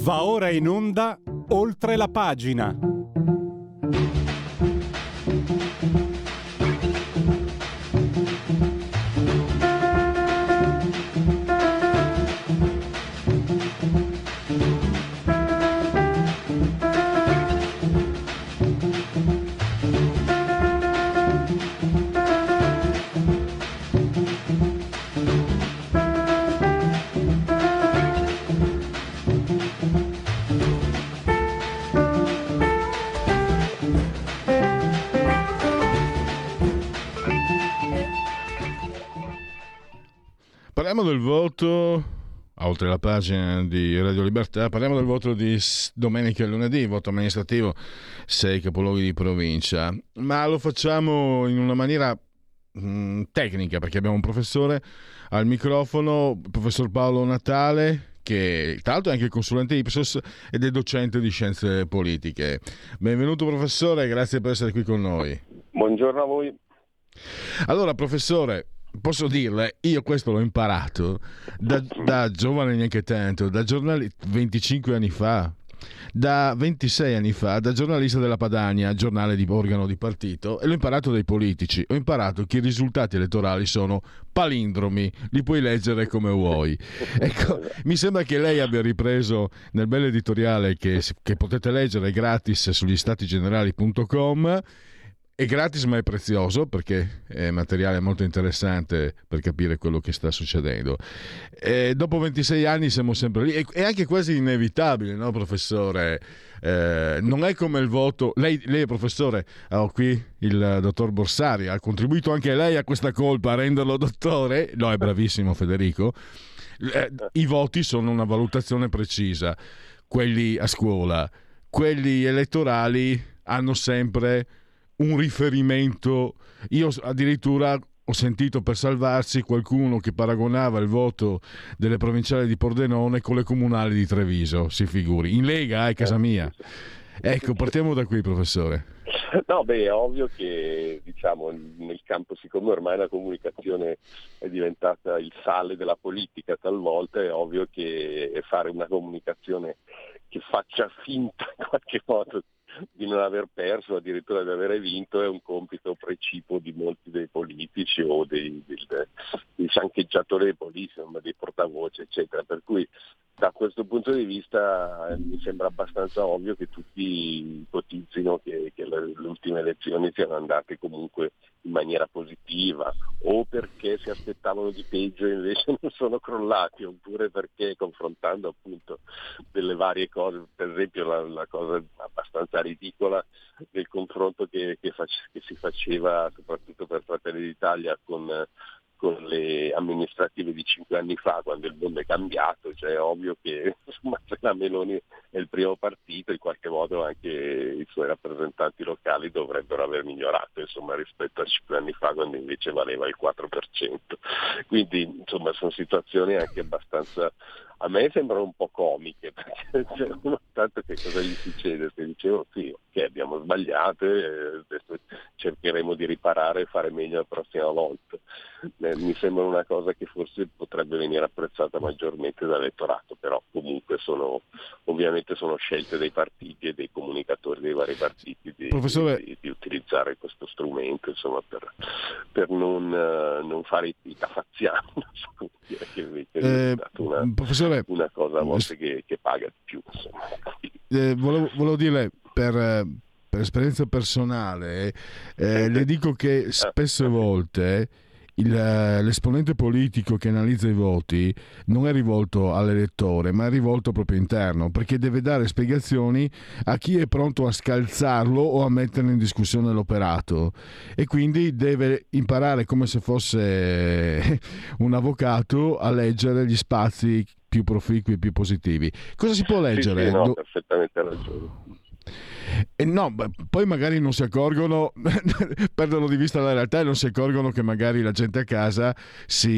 Va ora in onda Oltre la pagina. Parliamo del voto, oltre la pagina di Radio Libertà, parliamo del voto di domenica e lunedì, voto amministrativo, 6 capoluoghi di provincia, ma lo facciamo in una maniera tecnica, perché abbiamo un professore al microfono, il professor Paolo Natale, che tra l'altro è anche consulente Ipsos ed è docente di scienze politiche. Benvenuto professore, grazie per essere qui con noi. Buongiorno a voi. Allora professore, posso dirle, io questo l'ho imparato da giovane, neanche tanto, da giornalista 25 anni fa, da 26 anni fa, da giornalista della Padania, giornale di organo di partito, e l'ho imparato dai politici. Ho imparato che i risultati elettorali sono palindromi, li puoi leggere come vuoi. Ecco, mi sembra che lei abbia ripreso nel bel editoriale che potete leggere gratis sugli statigenerali.com. È gratis ma è prezioso, perché è materiale molto interessante per capire quello che sta succedendo. E dopo 26 anni siamo sempre lì, è anche quasi inevitabile, no professore? Non è come il voto. Lei è professore, ho qui il dottor Borsari, ha contribuito anche lei a questa colpa a renderlo dottore? No, è bravissimo Federico. I voti sono una valutazione precisa, quelli a scuola, quelli elettorali hanno sempre un riferimento. Io addirittura ho sentito, per salvarsi, qualcuno che paragonava il voto delle provinciali di Pordenone con le comunali di Treviso, si figuri. In Lega è casa mia. Ecco, partiamo da qui, professore. No, beh, è ovvio che, diciamo, nel campo, siccome ormai la comunicazione è diventata il sale della politica talvolta, è ovvio che fare una comunicazione che faccia finta in qualche modo di non aver perso, addirittura di avere vinto, è un compito precipuo di molti dei politici o dei sancheggiatori dei politici, dei portavoce, eccetera. Per cui da questo punto di vista mi sembra abbastanza ovvio che tutti ipotizzino che le ultime elezioni siano andate comunque in maniera positiva, o perché si aspettavano di peggio e invece non sono crollati, oppure perché, confrontando appunto delle varie cose, per esempio la cosa abbastanza ridicola del confronto che si faceva soprattutto per Fratelli d'Italia con le amministrative di 5 anni fa, quando il mondo è cambiato. Cioè è ovvio che insomma, se la Meloni è il primo partito, in qualche modo anche i suoi rappresentanti locali dovrebbero aver migliorato, insomma, rispetto a 5 anni fa, quando invece valeva il 4%. Quindi insomma sono situazioni anche abbastanza, a me sembrano un po' comiche, perché tanto che cosa gli succede? Se dicevo sì, ok, abbiamo sbagliato, adesso cercheremo di riparare e fare meglio la prossima volta. Mi sembra una cosa che forse potrebbe venire apprezzata maggiormente dall'elettorato, però comunque ovviamente sono scelte dei partiti e dei comunicatori dei vari partiti di utilizzare questo strumento, insomma, per non fare i tafaziani, che invece è diventato una cosa a volte che paga di più, insomma. Volevo dire, per esperienza personale, le dico che spesse volte l'esponente politico che analizza i voti non è rivolto all'elettore, ma è rivolto proprio interno, perché deve dare spiegazioni a chi è pronto a scalzarlo o a mettere in discussione l'operato, e quindi deve imparare, come se fosse un avvocato, a leggere gli spazi più proficui e più positivi. Cosa si può leggere? Sì, no, perfettamente ragione. No, poi magari non si accorgono, perdono di vista la realtà e non si accorgono che magari la gente a casa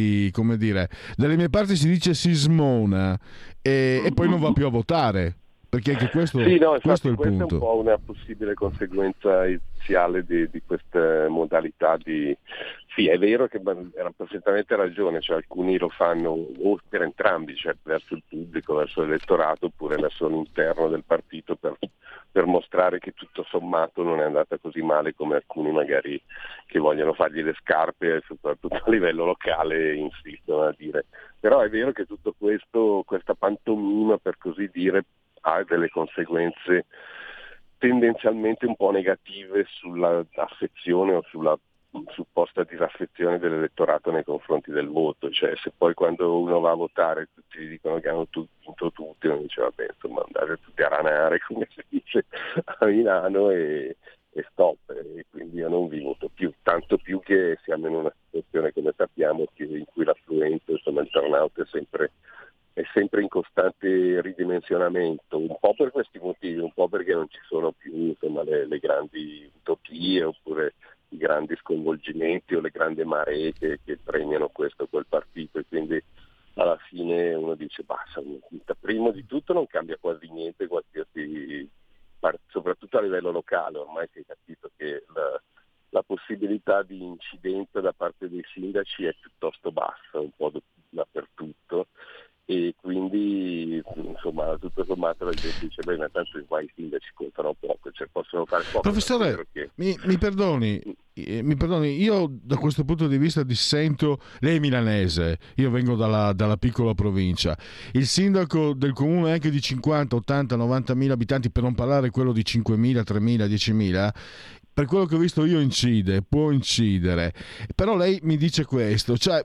dalle mie parti si dice si smona e poi non va più a votare, Perché anche questo, sì, no, questo infatti, è il questa punto. è un po' una possibile conseguenza iniziale di queste modalità di... Sì, è vero che ha perfettamente ragione, cioè alcuni lo fanno o per entrambi, cioè verso il pubblico, verso l'elettorato, oppure verso l'interno del partito per mostrare che tutto sommato non è andata così male come alcuni magari che vogliono fargli le scarpe, soprattutto a livello locale, insistono a dire. Però è vero che tutto questo, questa pantomima per così dire, ha delle conseguenze tendenzialmente un po' negative sulla affezione o sulla supposta disaffezione dell'elettorato nei confronti del voto, cioè se poi quando uno va a votare tutti gli dicono che hanno vinto tutti, uno dice vabbè, insomma, andate tutti a ranare, come si dice a Milano, e stop, e quindi io non vi voto più, tanto più che siamo in una situazione, come sappiamo, in cui l'affluenza, insomma il turnout è sempre in costante ridimensionamento, un po' per questi motivi, un po' perché non ci sono più, insomma, le grandi utopie oppure i grandi sconvolgimenti o le grandi maree che premiano questo o quel partito, e quindi alla fine uno dice basta, prima di tutto non cambia quasi niente qualsiasi, soprattutto a livello locale, ormai si è capito che la possibilità di incidenza da parte dei sindaci è piuttosto bassa, un po' dappertutto, e quindi insomma tutto sommato la gente dice bene, tanto qua i sindaci contano poco, cioè possono fare poco. Professore, mi perdoni, io da questo punto di vista dissento. Lei è milanese, io vengo dalla piccola provincia. Il sindaco del comune anche di 50, 80, 90 mila abitanti, per non parlare quello di 5.000, 3.000, 10.000, per quello che ho visto io può incidere. Però lei mi dice questo, cioè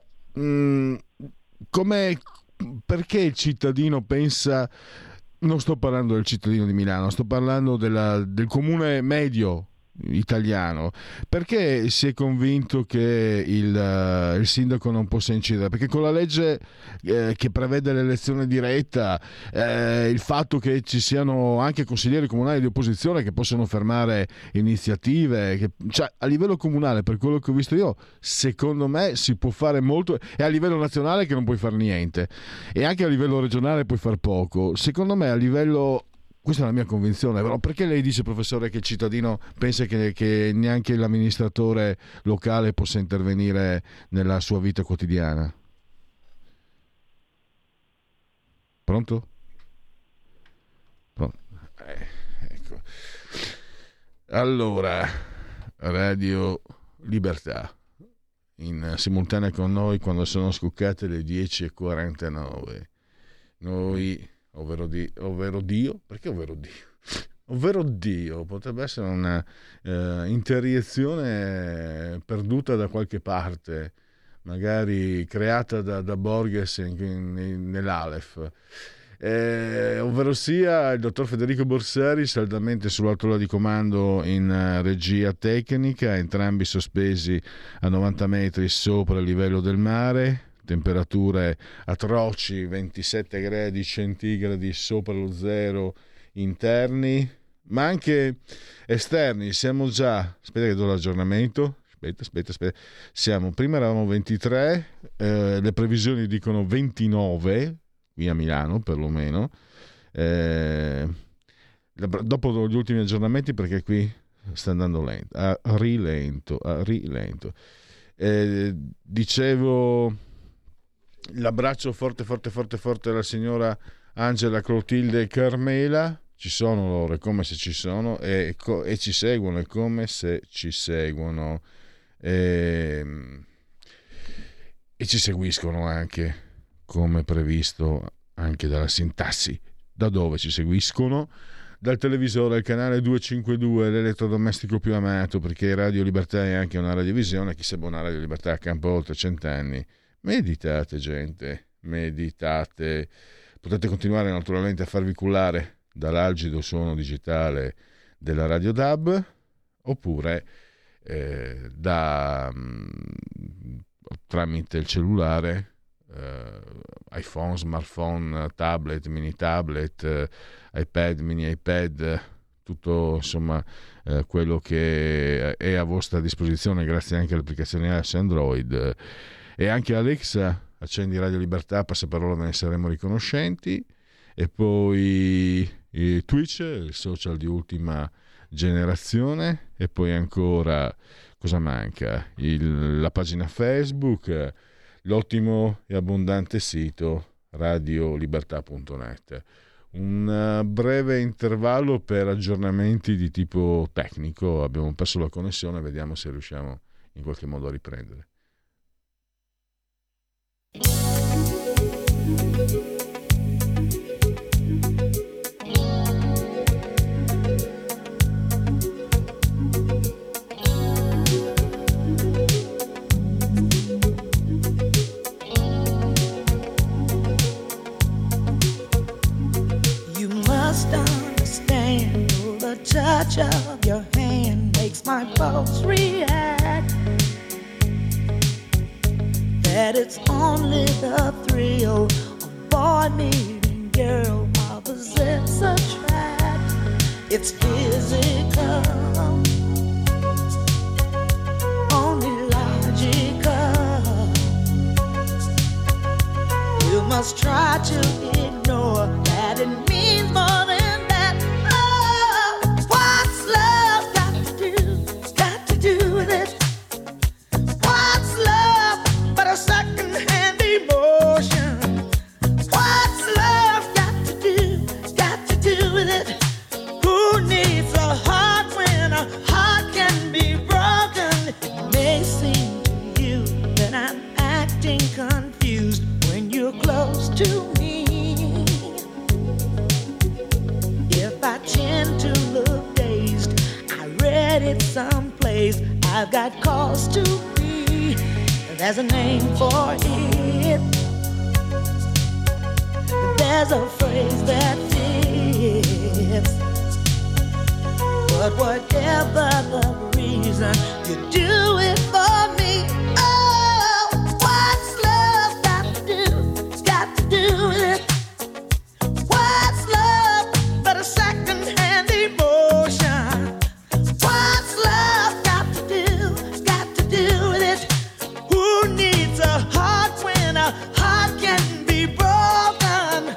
perché il cittadino pensa, non sto parlando del cittadino di Milano, sto parlando del comune medio italiano, perché si è convinto che il sindaco non possa incidere? Perché con la legge che prevede l'elezione diretta, il fatto che ci siano anche consiglieri comunali di opposizione che possono fermare iniziative, cioè a livello comunale, per quello che ho visto io, secondo me si può fare molto, e a livello nazionale che non puoi fare niente, e anche a livello regionale puoi far poco. Secondo me a livello... Questa è la mia convinzione, però perché lei dice, professore, che il cittadino pensa che neanche l'amministratore locale possa intervenire nella sua vita quotidiana? Pronto? Ecco. Allora, Radio Libertà, in simultanea con noi quando sono scuccate le 10:49. Noi... Ovvero Dio, perché ovvero Dio? Ovvero Dio potrebbe essere una interiezione perduta da qualche parte, magari creata da Borges nell'Aleph. Ovvero sia il dottor Federico Borsari, saldamente sull'altola di comando in regia tecnica, entrambi sospesi a 90 metri sopra il livello del mare. Temperature atroci, 27 gradi centigradi sopra lo zero interni, ma anche esterni. Siamo già, aspetta che do l'aggiornamento, aspetta. Prima eravamo 23, le previsioni dicono 29, qui a Milano perlomeno, dopo gli ultimi aggiornamenti, perché qui sta andando lento, a rilento. Dicevo... L'abbraccio forte alla signora Angela, Clotilde e Carmela. Ci sono loro, è come se ci sono, e ci seguono, è come se ci seguono, e ci seguiscono anche come previsto anche dalla sintassi. Da dove ci seguiscono? Dal televisore, il canale 252, l'elettrodomestico più amato, perché Radio Libertà è anche una radiovisione. Chi sa, buona Radio Libertà accampa oltre 100 anni. Meditate, gente, meditate. Potete continuare naturalmente a farvi cullare dall'algido suono digitale della Radio DAB, oppure tramite il cellulare, iPhone, smartphone, tablet, mini tablet, iPad, mini iPad, tutto insomma quello che è a vostra disposizione, grazie anche alle applicazioni iOS e Android. E anche Alexa, accendi Radio Libertà, passaparola, ve ne saremo riconoscenti. E poi Twitch, il social di ultima generazione, e poi ancora cosa manca? La pagina Facebook, l'ottimo e abbondante sito radiolibertà.net. Un breve intervallo per aggiornamenti di tipo tecnico, abbiamo perso la connessione, vediamo se riusciamo in qualche modo a riprendere. Understand the touch of your hand makes my pulse react. That it's only the thrill of boy meeting girl opposites attract. It's physical, only logical. You must try to ignore that it means more than confused when you're close to me. If I tend to look dazed, I read it someplace, I've got cause to be. There's a name for it. There's a phrase that fits. But whatever the reason, you do it for me. Do it. What's love but a second-hand emotion? What's love got to do with it? Who needs a heart when a heart can be broken?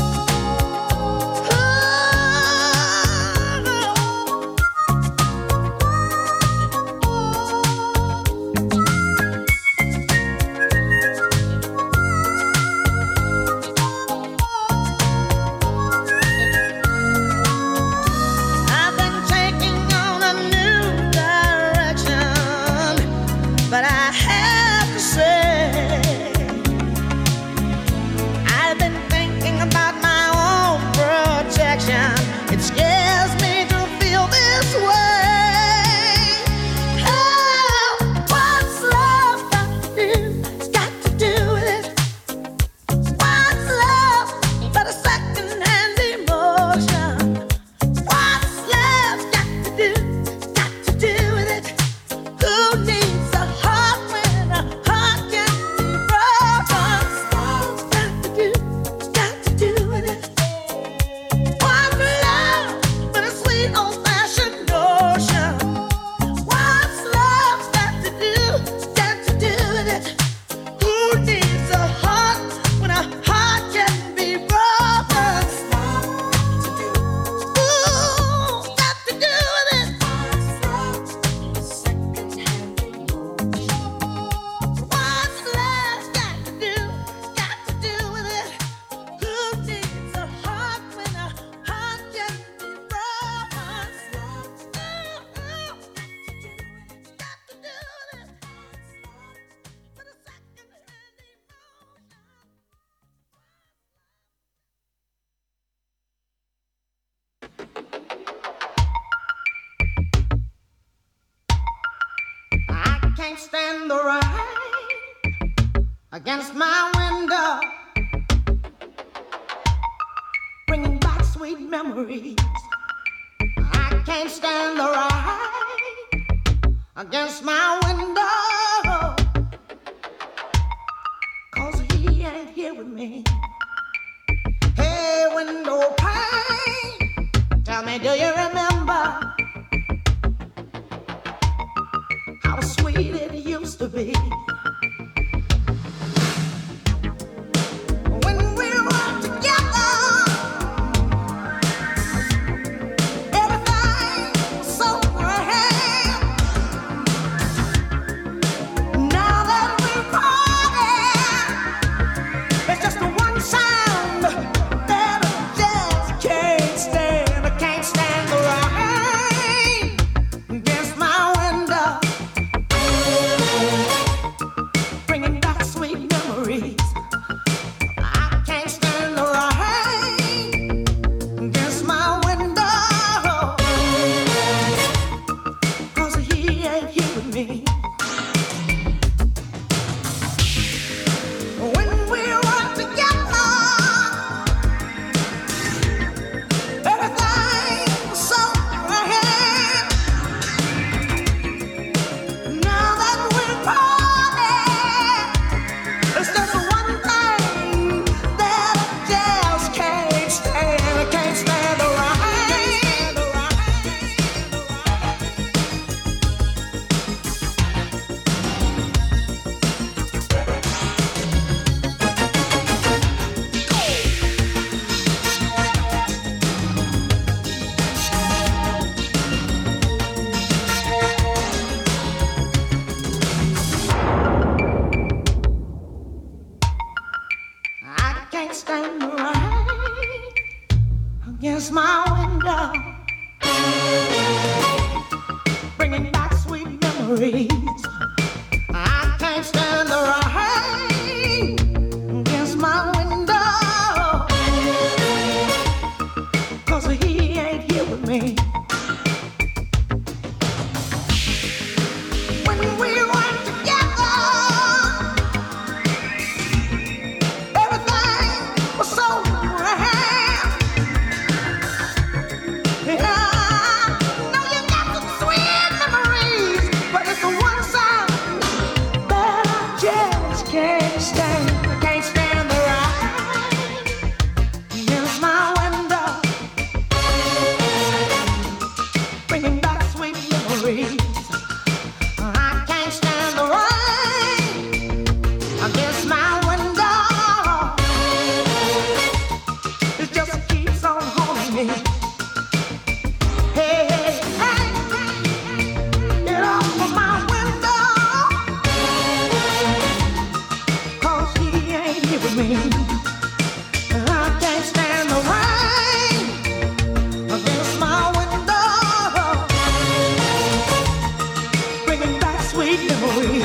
Can't stand the rain against my window, bringing back sweet memories. I can't stand the rain against my window, 'cause he ain't here with me. Hey, window pane, tell me, do you remember how sweet it used to be? When we were together, can't stand the rain against my window, bringing back sweet memories. I can't stand the rain against my window, 'cause he ain't here with me. When we were together, everything was so grand. Yeah, now you got some sweet memories, but it's the one side that I just can't stand. I can't stand the rain against my window, bringing back sweet memories. I can't stand the rain against my window. It just keeps on haunting me. Hey, hey, hey, get off of my window, 'cause he ain't here with me. I can't stand the rain against my window, bringing back sweet memories.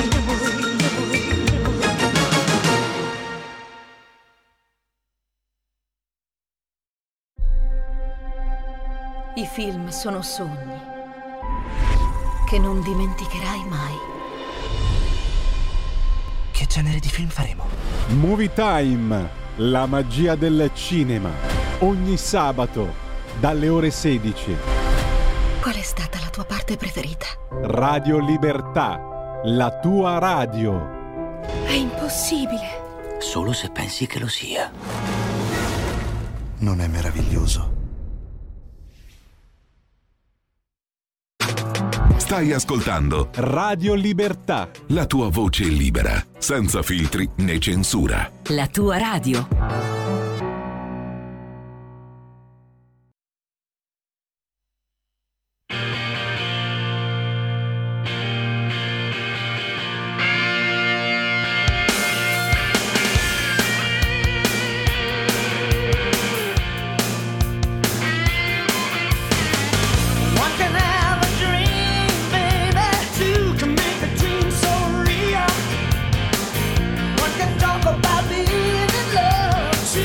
I film sono sogni che non dimenticherai mai. Che genere di film faremo? Movie Time, la magia del cinema. Ogni sabato, dalle ore 16. Qual è stata la tua parte preferita? Radio Libertà, la tua radio. È impossibile. Solo se pensi che lo sia. Non è meraviglioso? Stai ascoltando Radio Libertà. la tua voce libera, senza filtri né censura. La tua radio. One can have a dream, baby. Two can make a dream so real. One can talk about being in love.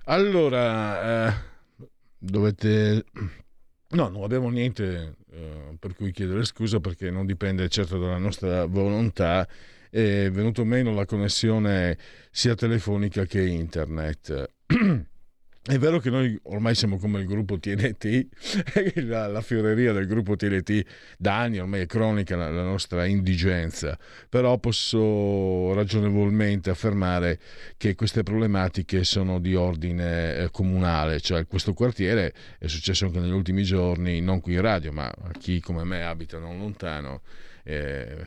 Allora, dovete... No, non abbiamo niente per cui chiedere scusa, perché non dipende certo dalla nostra volontà. È venuto meno la connessione sia telefonica che internet. È vero che noi ormai siamo come il gruppo TNT, la fioreria del gruppo TNT da anni ormai è cronica la nostra indigenza, però posso ragionevolmente affermare che queste problematiche sono di ordine comunale, cioè questo quartiere è successo anche negli ultimi giorni, non qui in radio, ma a chi come me abita non lontano, è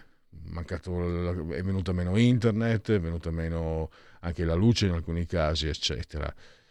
venuta meno internet, è venuta meno anche la luce in alcuni casi, eccetera.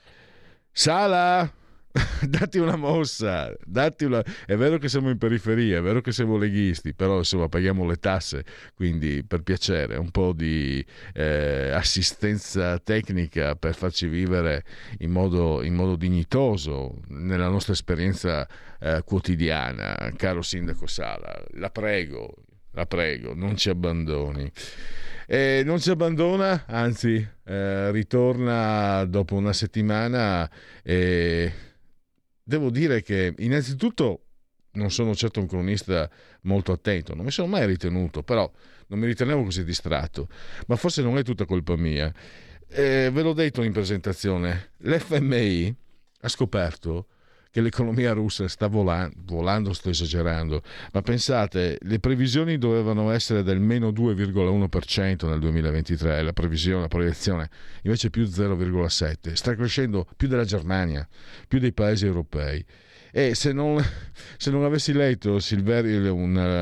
Sala, datti una mossa, è vero che siamo in periferia, è vero che siamo leghisti, però insomma paghiamo le tasse, quindi per piacere un po' di assistenza tecnica per farci vivere in modo dignitoso nella nostra esperienza quotidiana. Caro sindaco Sala, la prego, non ci abbandoni. Non ci abbandona, anzi ritorna dopo una settimana, e devo dire che innanzitutto non sono certo un cronista molto attento, non mi sono mai ritenuto, però non mi ritenevo così distratto, ma forse non è tutta colpa mia. Ve l'ho detto in presentazione, l'FMI ha scoperto che l'economia russa sta volando, sto esagerando, ma pensate, le previsioni dovevano essere del meno 2,1% nel 2023, la proiezione invece più 0,7%, sta crescendo più della Germania, più dei paesi europei. E se non avessi letto, Silverio,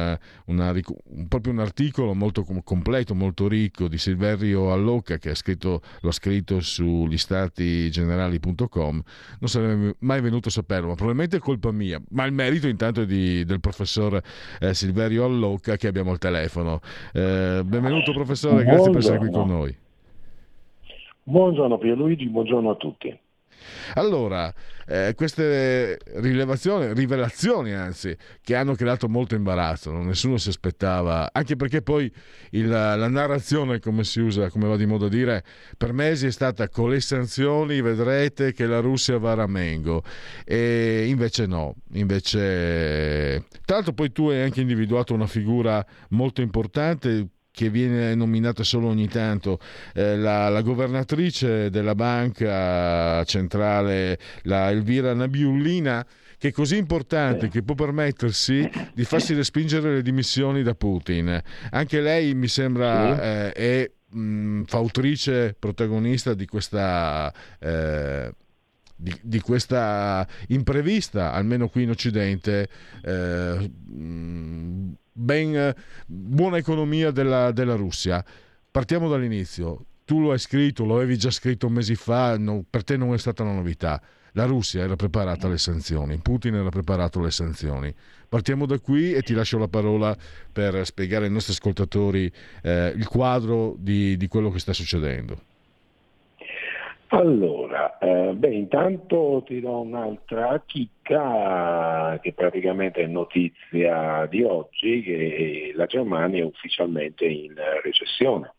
proprio un articolo molto completo, molto ricco di Silverio Allocca, che l'ha scritto sugli statigenerali.com, non sarebbe mai venuto a saperlo, ma probabilmente è colpa mia, ma il merito intanto è del professor Silverio Allocca, che abbiamo al telefono. Benvenuto professore, grazie per essere qui con noi. Buongiorno Pierluigi, buongiorno a tutti. Allora, queste rivelazioni anzi, che hanno creato molto imbarazzo, nessuno si aspettava, anche perché poi la narrazione, come va di moda dire, per mesi è stata: con le sanzioni vedrete che la Russia va a ramengo, e invece no, tra l'altro poi tu hai anche individuato una figura molto importante che viene nominata solo ogni tanto, la governatrice della banca centrale, la Elvira Nabiullina, che è così importante che può permettersi di farsi respingere le dimissioni da Putin. Anche lei mi sembra è fautrice, protagonista di questa di questa imprevista, almeno qui in Occidente, buona economia della Russia. Partiamo dall'inizio. Tu lo avevi già scritto mesi fa, per te non è stata una novità. La Russia era preparata alle sanzioni, Putin era preparato alle sanzioni. Partiamo da qui e ti lascio la parola per spiegare ai nostri ascoltatori il quadro di quello che sta succedendo. Allora, intanto ti do un'altra chicca che praticamente è notizia di oggi, che la Germania è ufficialmente in recessione.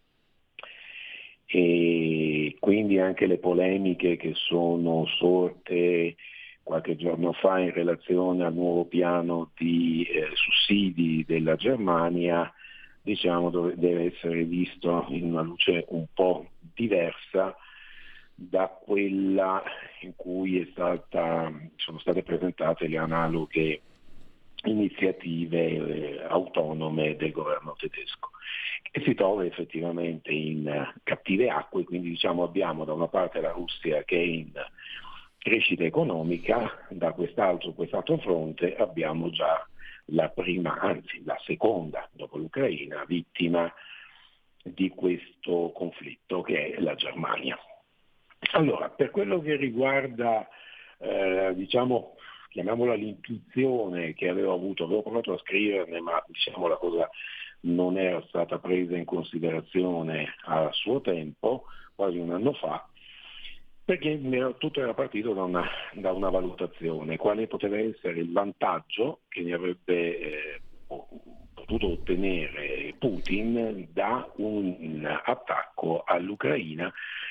E quindi anche le polemiche che sono sorte qualche giorno fa in relazione al nuovo piano di sussidi della Germania, diciamo, deve essere visto in una luce un po' diversa da quella in cui sono state presentate le analoghe iniziative autonome del governo tedesco, che si trova effettivamente in cattive acque. Quindi diciamo abbiamo da una parte la Russia che è in crescita economica, da quest'altro fronte abbiamo già la prima, anzi la seconda dopo l'Ucraina, vittima di questo conflitto, che è la Germania. Allora, per quello che riguarda, diciamo, chiamiamola l'intuizione che avevo provato a scriverne, ma diciamo la cosa non era stata presa in considerazione a suo tempo, quasi un anno fa, perché tutto era partito da una valutazione, quale poteva essere il vantaggio che ne avrebbe potuto ottenere Putin da un attacco all'Ucraina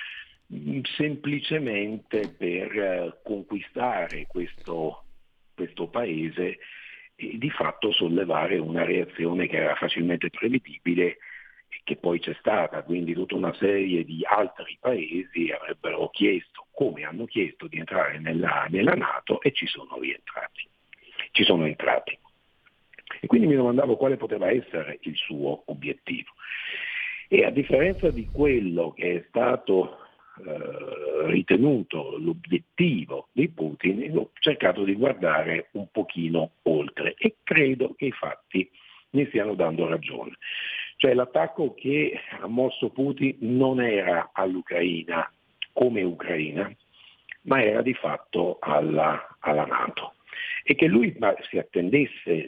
semplicemente per conquistare questo paese e di fatto sollevare una reazione che era facilmente prevedibile e che poi c'è stata, quindi tutta una serie di altri paesi avrebbero chiesto, come hanno chiesto, di entrare nella NATO e ci sono entrati. E quindi mi domandavo quale poteva essere il suo obiettivo. E a differenza di quello che è stato ritenuto l'obiettivo di Putin, ho cercato di guardare un pochino oltre e credo che i fatti mi stiano dando ragione. Cioè l'attacco che ha mosso Putin non era all'Ucraina come Ucraina, ma era di fatto alla NATO. E che lui si attendesse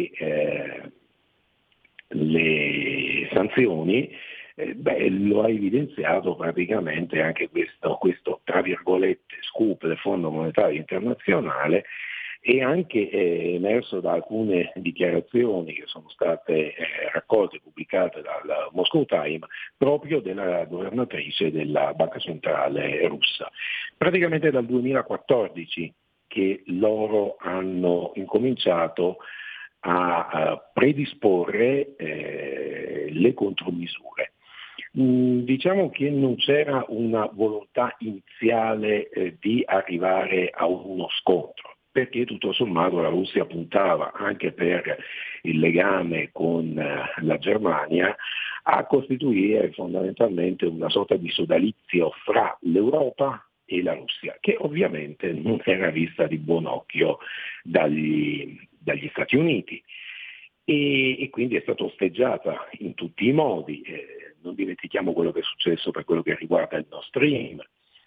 le sanzioni, lo ha evidenziato praticamente anche questo tra virgolette scoop del Fondo Monetario Internazionale, e anche emerso da alcune dichiarazioni che sono state raccolte e pubblicate dal Moscow Times proprio della governatrice della Banca Centrale russa. Praticamente dal 2014 che loro hanno incominciato a predisporre le contromisure. Diciamo che non c'era una volontà iniziale di arrivare a uno scontro, perché tutto sommato la Russia puntava, anche per il legame con la Germania, a costituire fondamentalmente una sorta di sodalizio fra l'Europa e la Russia, che ovviamente non era vista di buon occhio dagli Stati Uniti e quindi è stata osteggiata in tutti i modi. Non dimentichiamo quello che è successo per quello che riguarda il Nord Stream,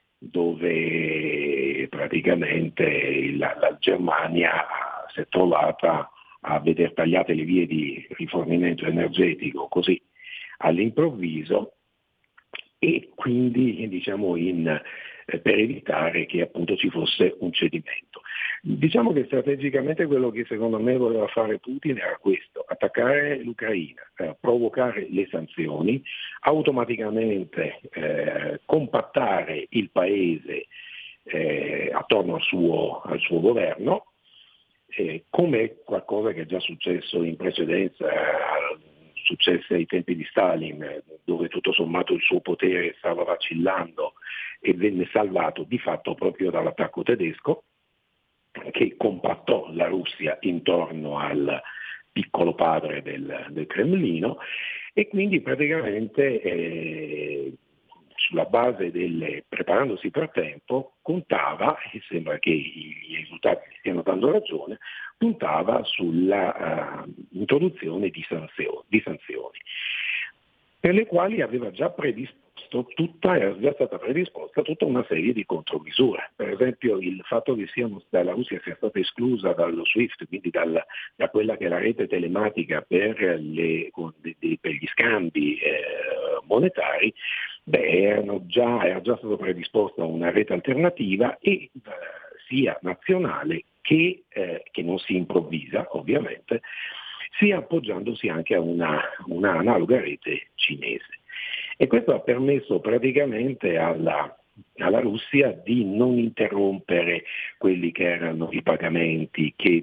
dove praticamente la Germania si è trovata a veder tagliate le vie di rifornimento energetico così all'improvviso, e quindi diciamo per evitare che appunto ci fosse un cedimento. Diciamo che strategicamente quello che secondo me voleva fare Putin era questo: attaccare l'Ucraina, provocare le sanzioni, automaticamente compattare il paese attorno al suo governo, come qualcosa che è già successo in precedenza, successe ai tempi di Stalin, dove tutto sommato il suo potere stava vacillando e venne salvato di fatto proprio dall'attacco tedesco, che compattò la Russia intorno al piccolo padre del Cremlino, e quindi praticamente sulla base preparandosi per tempo, contava, e sembra che i risultati stiano dando ragione, puntava sulla introduzione di sanzioni, per le quali aveva già era già stata predisposta tutta una serie di contromisure. Per esempio il fatto che la Russia sia stata esclusa dallo SWIFT, quindi da quella che è la rete telematica per gli scambi monetari, era già stata predisposta una rete alternativa, e sia nazionale che non si improvvisa ovviamente, sia appoggiandosi anche a una analoga rete cinese. E questo ha permesso praticamente alla Russia di non interrompere quelli che erano i pagamenti che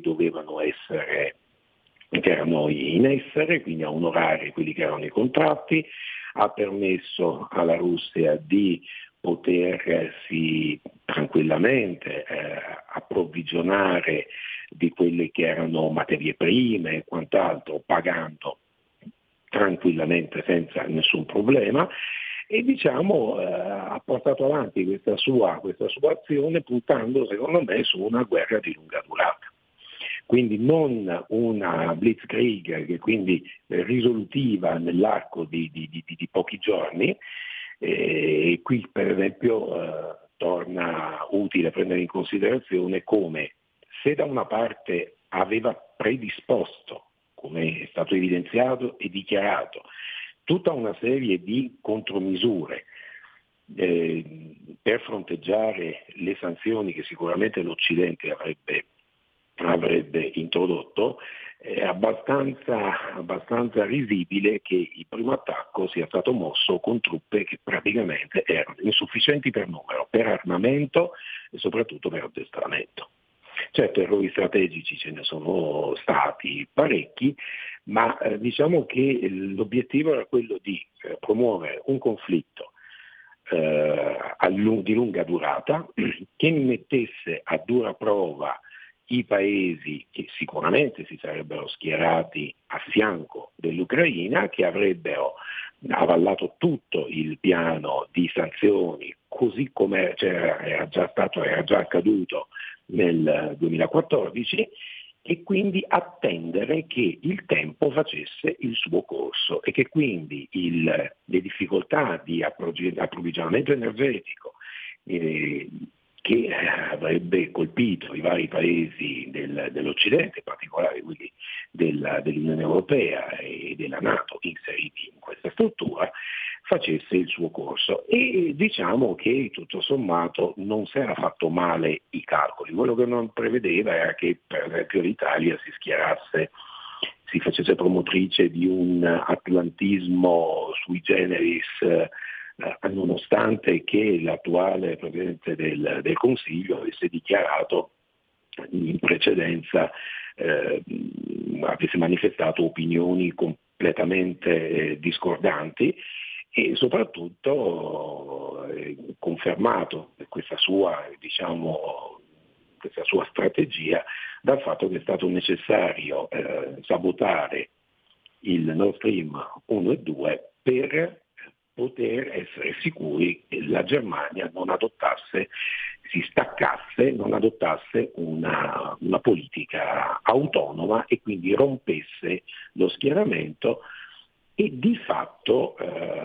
erano in essere, quindi a onorare quelli che erano i contratti. Ha permesso alla Russia di potersi tranquillamente approvvigionare di quelle che erano materie prime e quant'altro, pagando tranquillamente senza nessun problema, e ha portato avanti questa sua azione puntando secondo me su una guerra di lunga durata. Quindi non una blitzkrieg che quindi risolutiva nell'arco di pochi giorni, e qui per esempio torna utile prendere in considerazione come, se da una parte aveva predisposto, come è stato evidenziato e dichiarato, tutta una serie di contromisure per fronteggiare le sanzioni che sicuramente l'Occidente avrebbe introdotto, è abbastanza risibile che il primo attacco sia stato mosso con truppe che praticamente erano insufficienti per numero, per armamento e soprattutto per addestramento. Certo, errori strategici ce ne sono stati parecchi, ma diciamo che l'obiettivo era quello di promuovere un conflitto di lunga durata che mettesse a dura prova i paesi che sicuramente si sarebbero schierati a fianco dell'Ucraina, che avrebbero avallato tutto il piano di sanzioni, così come era già accaduto nel 2014, e quindi attendere che il tempo facesse il suo corso e che quindi le difficoltà di approvvigionamento energetico che avrebbe colpito i vari paesi dell'Occidente, in particolare quelli dell'Unione Europea e della NATO inseriti in questa struttura, facesse il suo corso. E diciamo che tutto sommato non si era fatto male i calcoli. Quello che non prevedeva era che per esempio l'Italia si facesse promotrice di un atlantismo sui generis, nonostante che l'attuale Presidente del Consiglio avesse dichiarato in precedenza, avesse manifestato opinioni completamente discordanti, e soprattutto confermato questa sua strategia dal fatto che è stato necessario sabotare il Nord Stream 1 e 2 per poter essere sicuri che la Germania non adottasse una politica autonoma e quindi rompesse lo schieramento e di fatto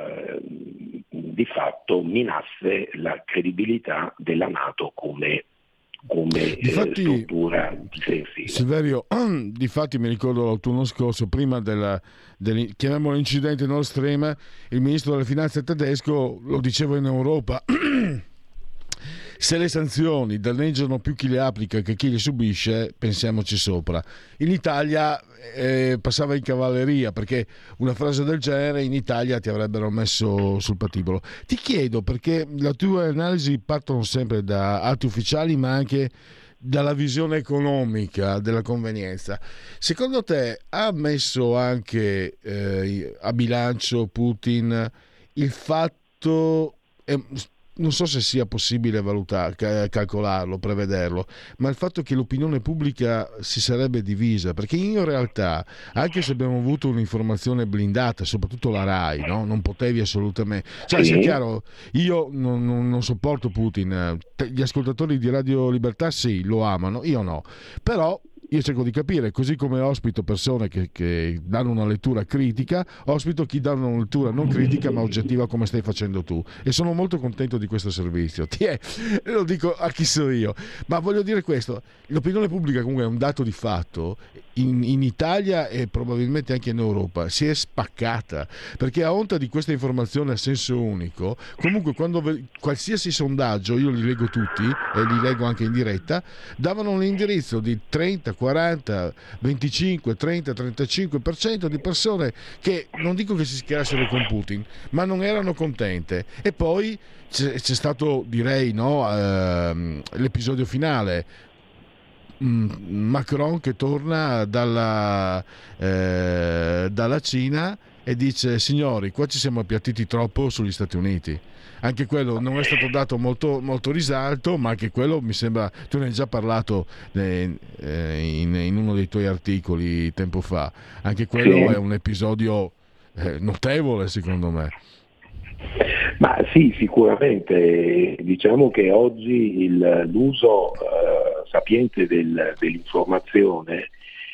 minasse la credibilità della NATO come struttura difensiva. Silverio, difatti mi ricordo l'autunno scorso, prima chiamiamolo incidente Nord Stream, il ministro delle finanze tedesco lo diceva in Europa: se le sanzioni danneggiano più chi le applica che chi le subisce, pensiamoci sopra. In Italia passava in cavalleria, perché una frase del genere in Italia ti avrebbero messo sul patibolo. Ti chiedo, perché le tue analisi partono sempre da atti ufficiali ma anche dalla visione economica della convenienza. Secondo te ha messo anche a bilancio Putin il fatto, non so se sia possibile calcolarlo, prevederlo, ma il fatto che l'opinione pubblica si sarebbe divisa? Perché in realtà, anche se abbiamo avuto un'informazione blindata, soprattutto la RAI, no? Non potevi assolutamente... sia chiaro, io non sopporto Putin, gli ascoltatori di Radio Libertà sì, lo amano, io no, però io cerco di capire, così come ospito persone che danno una lettura critica, ospito chi dà una lettura non critica ma oggettiva, come stai facendo tu, e sono molto contento di questo servizio. Lo dico a chi so io, ma voglio dire questo: l'opinione pubblica comunque è un dato di fatto, in Italia e probabilmente anche in Europa si è spaccata, perché a onta di questa informazione a senso unico, comunque qualsiasi sondaggio, io li leggo tutti e li leggo anche in diretta, davano un indirizzo di 30, 40, 25, 30, 35% di persone che non dico che si schierassero con Putin, ma non erano contente. E poi c'è stato, direi, l'episodio finale, Macron che torna dalla Cina e dice: signori, qua ci siamo appiattiti troppo sugli Stati Uniti. Anche quello non è stato dato molto, molto risalto, ma anche quello mi sembra, tu ne hai già parlato in uno dei tuoi articoli tempo fa, anche quello è un episodio notevole secondo me. Ma sì, sicuramente. Diciamo che oggi l'uso sapiente dell'informazione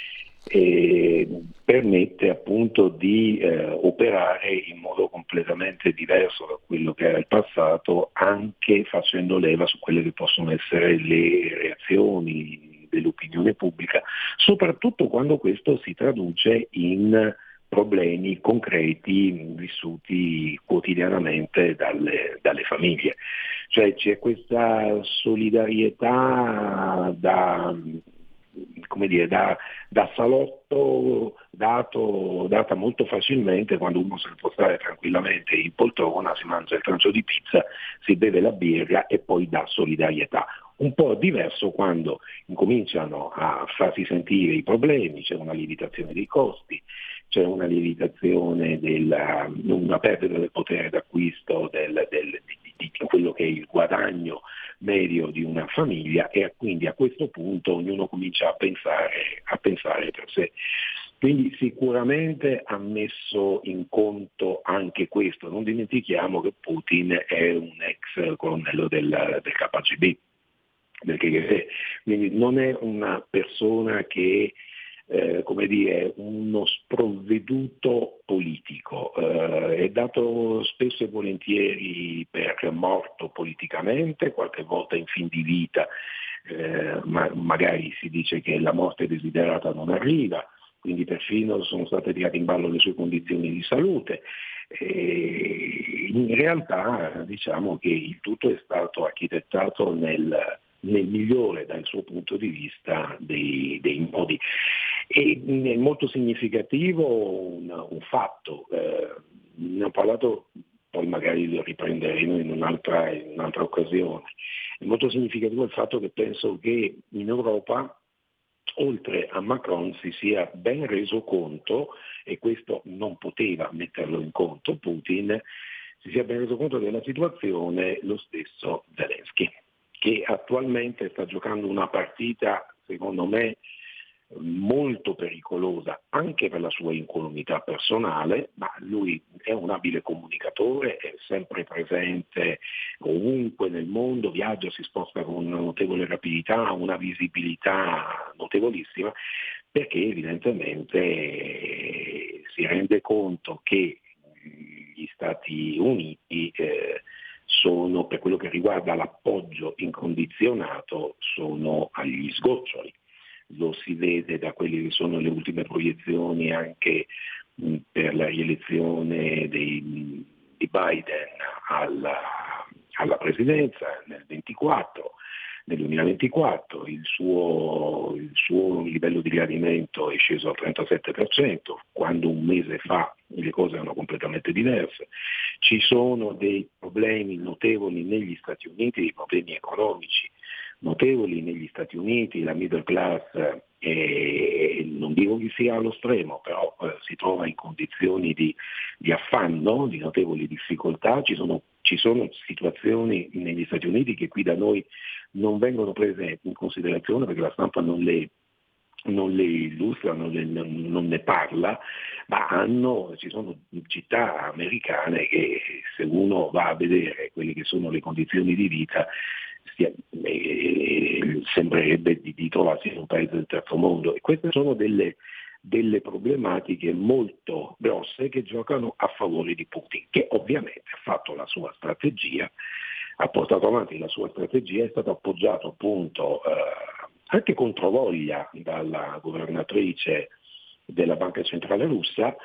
permette appunto di operare in modo completamente diverso da quello che era il passato, anche facendo leva su quelle che possono essere le reazioni dell'opinione pubblica, soprattutto quando questo si traduce in problemi concreti vissuti quotidianamente dalle famiglie. Cioè c'è questa solidarietà come dire, da salotto data molto facilmente, quando uno se ne può stare tranquillamente in poltrona, si mangia il trancio di pizza, si beve la birra e poi dà solidarietà. Un po' diverso quando incominciano a farsi sentire i problemi, c'è una lievitazione dei costi, c'è una lievitazione una perdita del potere d'acquisto di quello che è il guadagno medio di una famiglia, e quindi a questo punto ognuno comincia a pensare per sé. Quindi sicuramente ha messo in conto anche questo. Non dimentichiamo che Putin è un ex colonnello del KGB, del KGB, quindi non è una persona che come dire, uno sprovveduto politico, è dato spesso e volentieri per morto politicamente, qualche volta in fin di vita, ma magari si dice che la morte desiderata non arriva, quindi perfino sono state tirate in ballo le sue condizioni di salute. In realtà diciamo che il tutto è stato architettato nel migliore dal suo punto di vista dei modi. E è molto significativo un fatto, ne ho parlato, poi magari lo riprenderemo in un'altra occasione. È molto significativo il fatto che penso che in Europa, oltre a Macron, si sia ben reso conto, e questo non poteva metterlo in conto Putin, si sia ben reso conto della situazione lo stesso Zelensky, che attualmente sta giocando una partita, secondo me, molto pericolosa anche per la sua incolumità personale, ma lui è un abile comunicatore, è sempre presente ovunque nel mondo, viaggia, si sposta con notevole rapidità, ha una visibilità notevolissima, perché evidentemente si rende conto che gli Stati Uniti sono, per quello che riguarda l'appoggio incondizionato, sono agli sgoccioli. Lo si vede da quelle che sono le ultime proiezioni anche per la rielezione di Biden alla presidenza nel 2024, il suo livello di gradimento è sceso al 37%, quando un mese fa le cose erano completamente diverse. Ci sono dei problemi notevoli negli Stati Uniti, dei problemi economici notevoli negli Stati Uniti, la middle class non dico che sia allo stremo, però si trova in condizioni di affanno, di notevoli difficoltà. Ci sono situazioni negli Stati Uniti che qui da noi non vengono prese in considerazione perché la stampa non le illustra, non ne parla, ma ci sono città americane che, se uno va a vedere quelle che sono le condizioni di vita, sembrerebbe di trovarsi in un paese del terzo mondo, e queste sono delle problematiche molto grosse che giocano a favore di Putin, che ovviamente ha fatto la sua strategia, ha portato avanti la sua strategia, è stato appoggiato appunto anche controvoglia dalla governatrice della Banca Centrale Russa,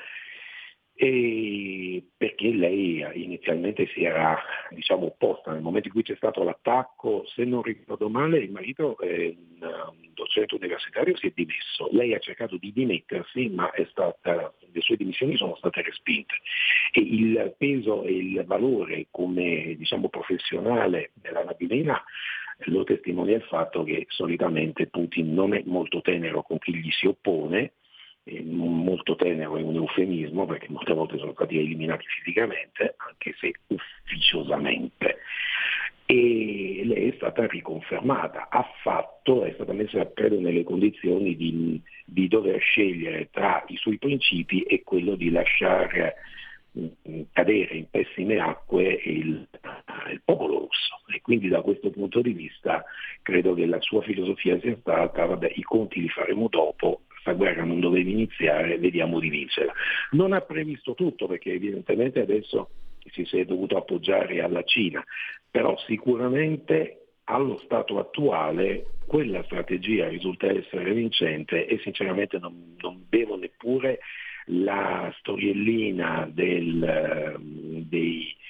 e perché lei inizialmente si era opposta. Nel momento in cui c'è stato l'attacco, se non ricordo male, il marito, un docente universitario, si è dimesso. Lei ha cercato di dimettersi, ma le sue dimissioni sono state respinte, e il peso e il valore come professionale della Nabilena lo testimonia il fatto che solitamente Putin non è molto tenero con chi gli si oppone. Molto tenero è un eufemismo, perché molte volte sono stati eliminati fisicamente, anche se ufficiosamente, e lei è stata riconfermata, è stata messa, credo, nelle condizioni di dover scegliere tra i suoi principi e quello di lasciare cadere in pessime acque il popolo russo, e quindi da questo punto di vista credo che la sua filosofia sia stata: vabbè, i conti li faremo dopo, questa guerra non doveva iniziare, vediamo di vincerla. Non ha previsto tutto, perché evidentemente adesso si è dovuto appoggiare alla Cina, però sicuramente allo stato attuale quella strategia risulta essere vincente, e sinceramente non bevo neppure la storiellina degli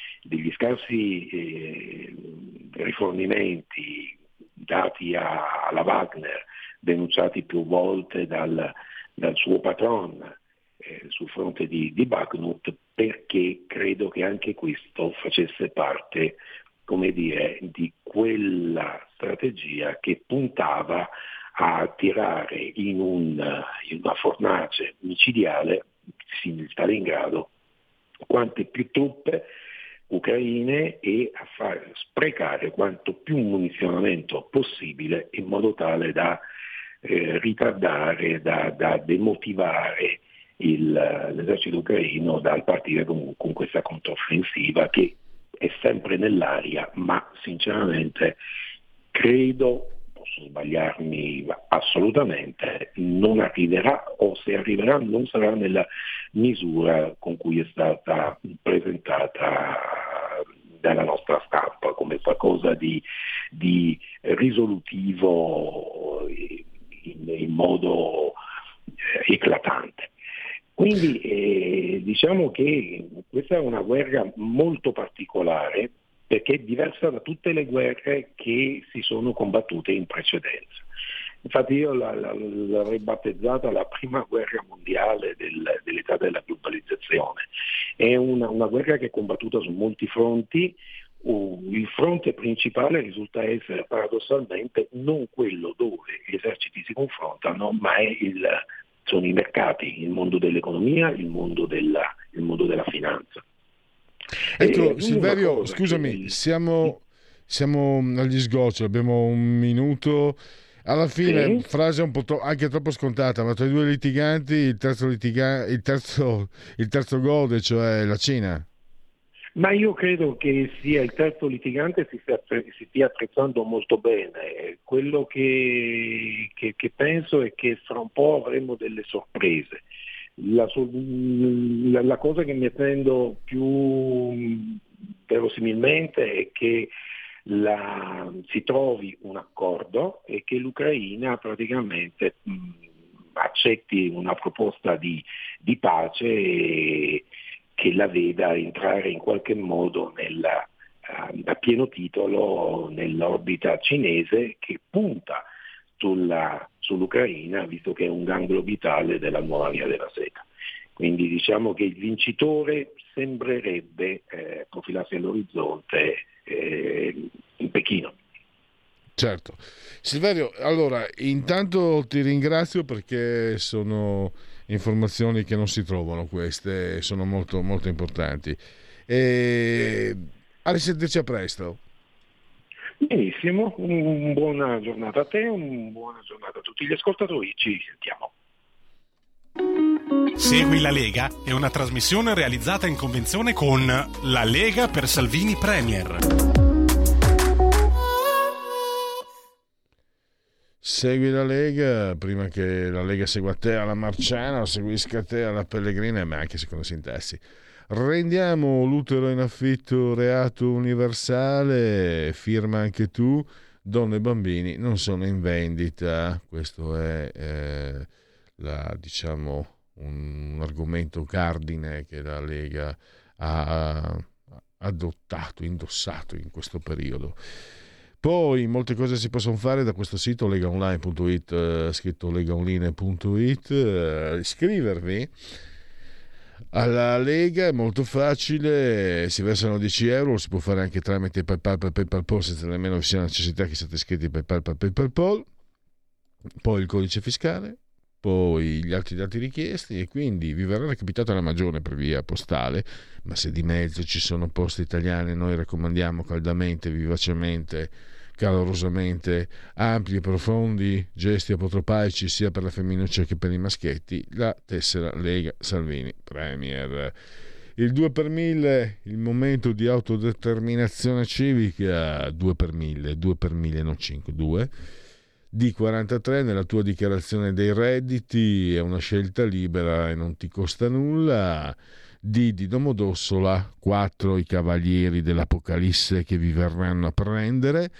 scarsi rifornimenti dati alla Wagner denunciati più volte dal suo patron sul fronte di Bakhmut, perché credo che anche questo facesse parte, come dire, di quella strategia che puntava a tirare in una fornace micidiale in Stalingrado quante più truppe ucraine e a far sprecare quanto più munizionamento possibile, in modo tale da ritardare, da demotivare l'esercito ucraino dal partire con questa controffensiva che è sempre nell'aria, ma sinceramente credo, posso sbagliarmi assolutamente, non arriverà, o se arriverà non sarà nella misura con cui è stata presentata dalla nostra stampa, come qualcosa di risolutivo in modo eclatante. Quindi diciamo che questa è una guerra molto particolare, perché è diversa da tutte le guerre che si sono combattute in precedenza. Infatti io l'avrei battezzata la prima guerra mondiale dell'età della globalizzazione. È una guerra che è combattuta su molti fronti. Il fronte principale risulta essere paradossalmente non quello dove gli eserciti si confrontano, ma sono i mercati, il mondo dell'economia, il mondo della finanza. Ecco, Silverio, scusami, siamo agli sgocci, abbiamo un minuto. Alla fine, sì? Frase un po' anche troppo scontata, ma tra i due litiganti il terzo gode, cioè la Cina. Ma io credo che sia il terzo litigante si stia attrezzando molto bene. Quello che penso è che fra un po' avremo delle sorprese. La cosa che mi attendo più verosimilmente è che si trovi un accordo e che l'Ucraina praticamente accetti una proposta di pace che la veda entrare in qualche modo a pieno titolo nell'orbita cinese, che punta sull'Ucraina, visto che è un ganglio vitale della nuova via della seta. Quindi diciamo che il vincitore sembrerebbe profilarsi all'orizzonte in Pechino. Certo. Silverio, allora, intanto ti ringrazio perché sono informazioni che non si trovano, queste sono molto, molto importanti. A risentirci a presto. Benissimo, una buona giornata a te, una buona giornata a tutti gli ascoltatori, ci sentiamo. Segui la Lega è una trasmissione realizzata in convenzione con La Lega per Salvini Premier. Segui la Lega prima che la Lega segua te alla Marciana o seguisca te alla Pellegrina, ma anche secondo sintassi. Rendiamo l'utero in affitto reato universale, firma anche tu, donne e bambini non sono in vendita. Questo è diciamo un argomento cardine che la Lega ha adottato, indossato in questo periodo. Poi molte cose si possono fare da questo sito legaonline.it, scritto legaonline.it, iscrivervi alla Lega è molto facile, si versano 10 euro, lo si può fare anche tramite PayPal senza nemmeno vi sia necessità che siate iscritti PayPal, poi il codice fiscale, poi gli altri dati richiesti, e quindi vi verrà recapitata la maggiore per via postale, ma se di mezzo ci sono poste italiane, noi raccomandiamo caldamente, vivacemente, calorosamente, ampi e profondi gesti apotropaici sia per la femminuccia che per i maschietti, la tessera Lega Salvini Premier. Il 2 per 1000, il momento di autodeterminazione civica, 2 per 1000 non 5, 2. D43 nella tua dichiarazione dei redditi, è una scelta libera e non ti costa nulla. D di Domodossola, 4 i cavalieri dell'Apocalisse che vi verranno a prendere.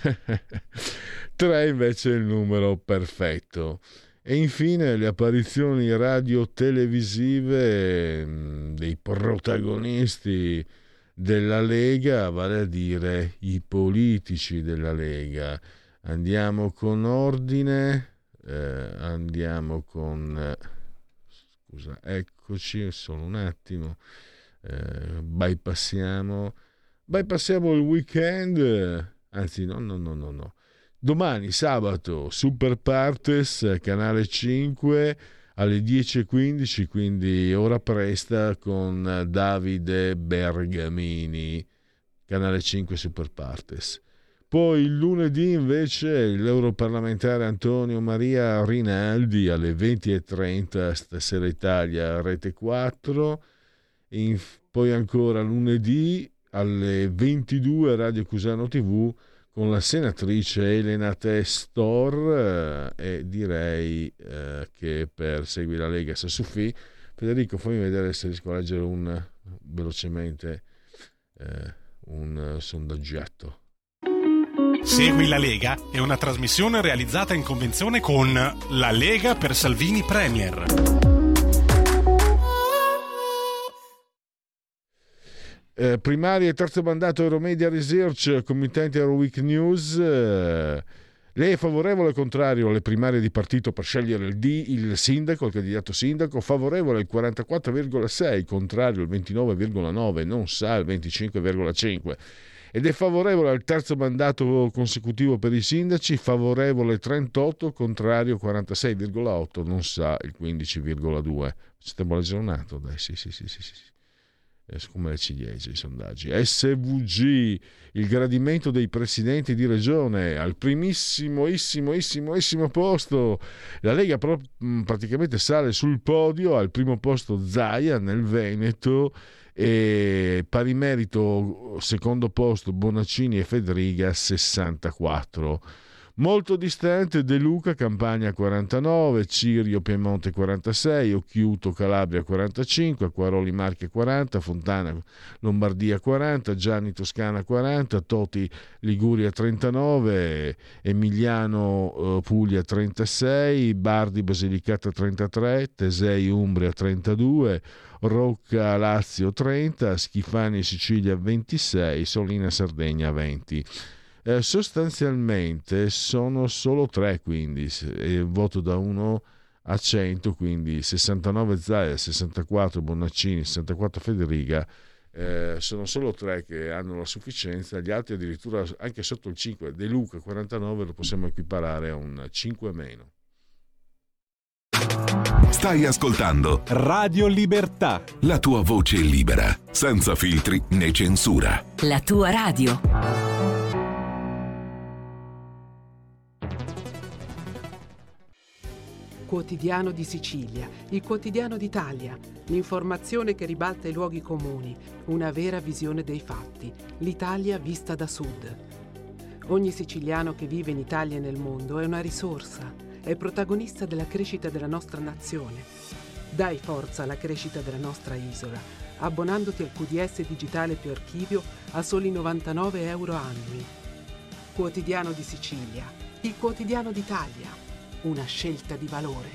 3 invece è il numero perfetto. E infine le apparizioni radio-televisive dei protagonisti della Lega, vale a dire i politici della Lega. Andiamo con ordine. Andiamo con scusa, eccoci, solo un attimo. Bypassiamo il weekend, anzi no. Domani sabato Super Partes, canale 5 alle 10:15, quindi ora presta, con Davide Bergamini, canale 5 Super Partes. Poi il lunedì invece l'europarlamentare Antonio Maria Rinaldi alle 20:30, Stasera Italia, Rete 4. Poi ancora lunedì alle 22 Radio Cusano TV con la senatrice Elena Testor, e direi che per Segui la Lega Sassuffi. Federico, fammi vedere se riesco a leggere velocemente un sondaggetto. Segui la Lega è una trasmissione realizzata in convenzione con La Lega per Salvini Premier. Primaria e terzo mandato Euromedia Research, committente Euroweek News. Lei è favorevole o contrario alle primarie di partito per scegliere il sindaco, il candidato sindaco? Favorevole il 44,6, contrario il 29,9, non sa il 25,5. Ed è favorevole al terzo mandato consecutivo per i sindaci? Favorevole 38, contrario 46,8, non sa il 15,2. Stiamo aggiornato, dai, sì. Come le ciliegie i sondaggi. SVG, il gradimento dei presidenti di regione al primissimo posto. La Lega praticamente sale sul podio, al primo posto Zaia nel Veneto, e pari merito secondo posto Bonaccini e Fedriga 64. Molto distante De Luca, Campania 49, Cirio Piemonte 46, Occhiuto Calabria 45, Acquaroli Marche 40, Fontana Lombardia 40, Gianni Toscana 40, Toti Liguria 39, Emiliano Puglia 36, Bardi Basilicata 33, Tesei Umbria 32, Rocca Lazio 30, Schifani Sicilia 26, Solina Sardegna 20. Sostanzialmente sono solo 3, quindi voto da 1 a 100, quindi 69 Zaia, 64 Bonaccini, 64 Federica. Sono solo 3 che hanno la sufficienza, gli altri addirittura anche sotto il 5. De Luca 49 lo possiamo equiparare a un 5 meno. Stai ascoltando Radio Libertà, la tua voce libera, senza filtri né censura. La tua radio. Quotidiano di Sicilia, il quotidiano d'Italia, l'informazione che ribalta i luoghi comuni, una vera visione dei fatti, l'Italia vista da sud. Ogni siciliano che vive in Italia e nel mondo è una risorsa, è protagonista della crescita della nostra nazione. Dai forza alla crescita della nostra isola, abbonandoti al QDS digitale più archivio a soli 99 euro annui. Quotidiano di Sicilia, il quotidiano d'Italia. Una scelta di valore.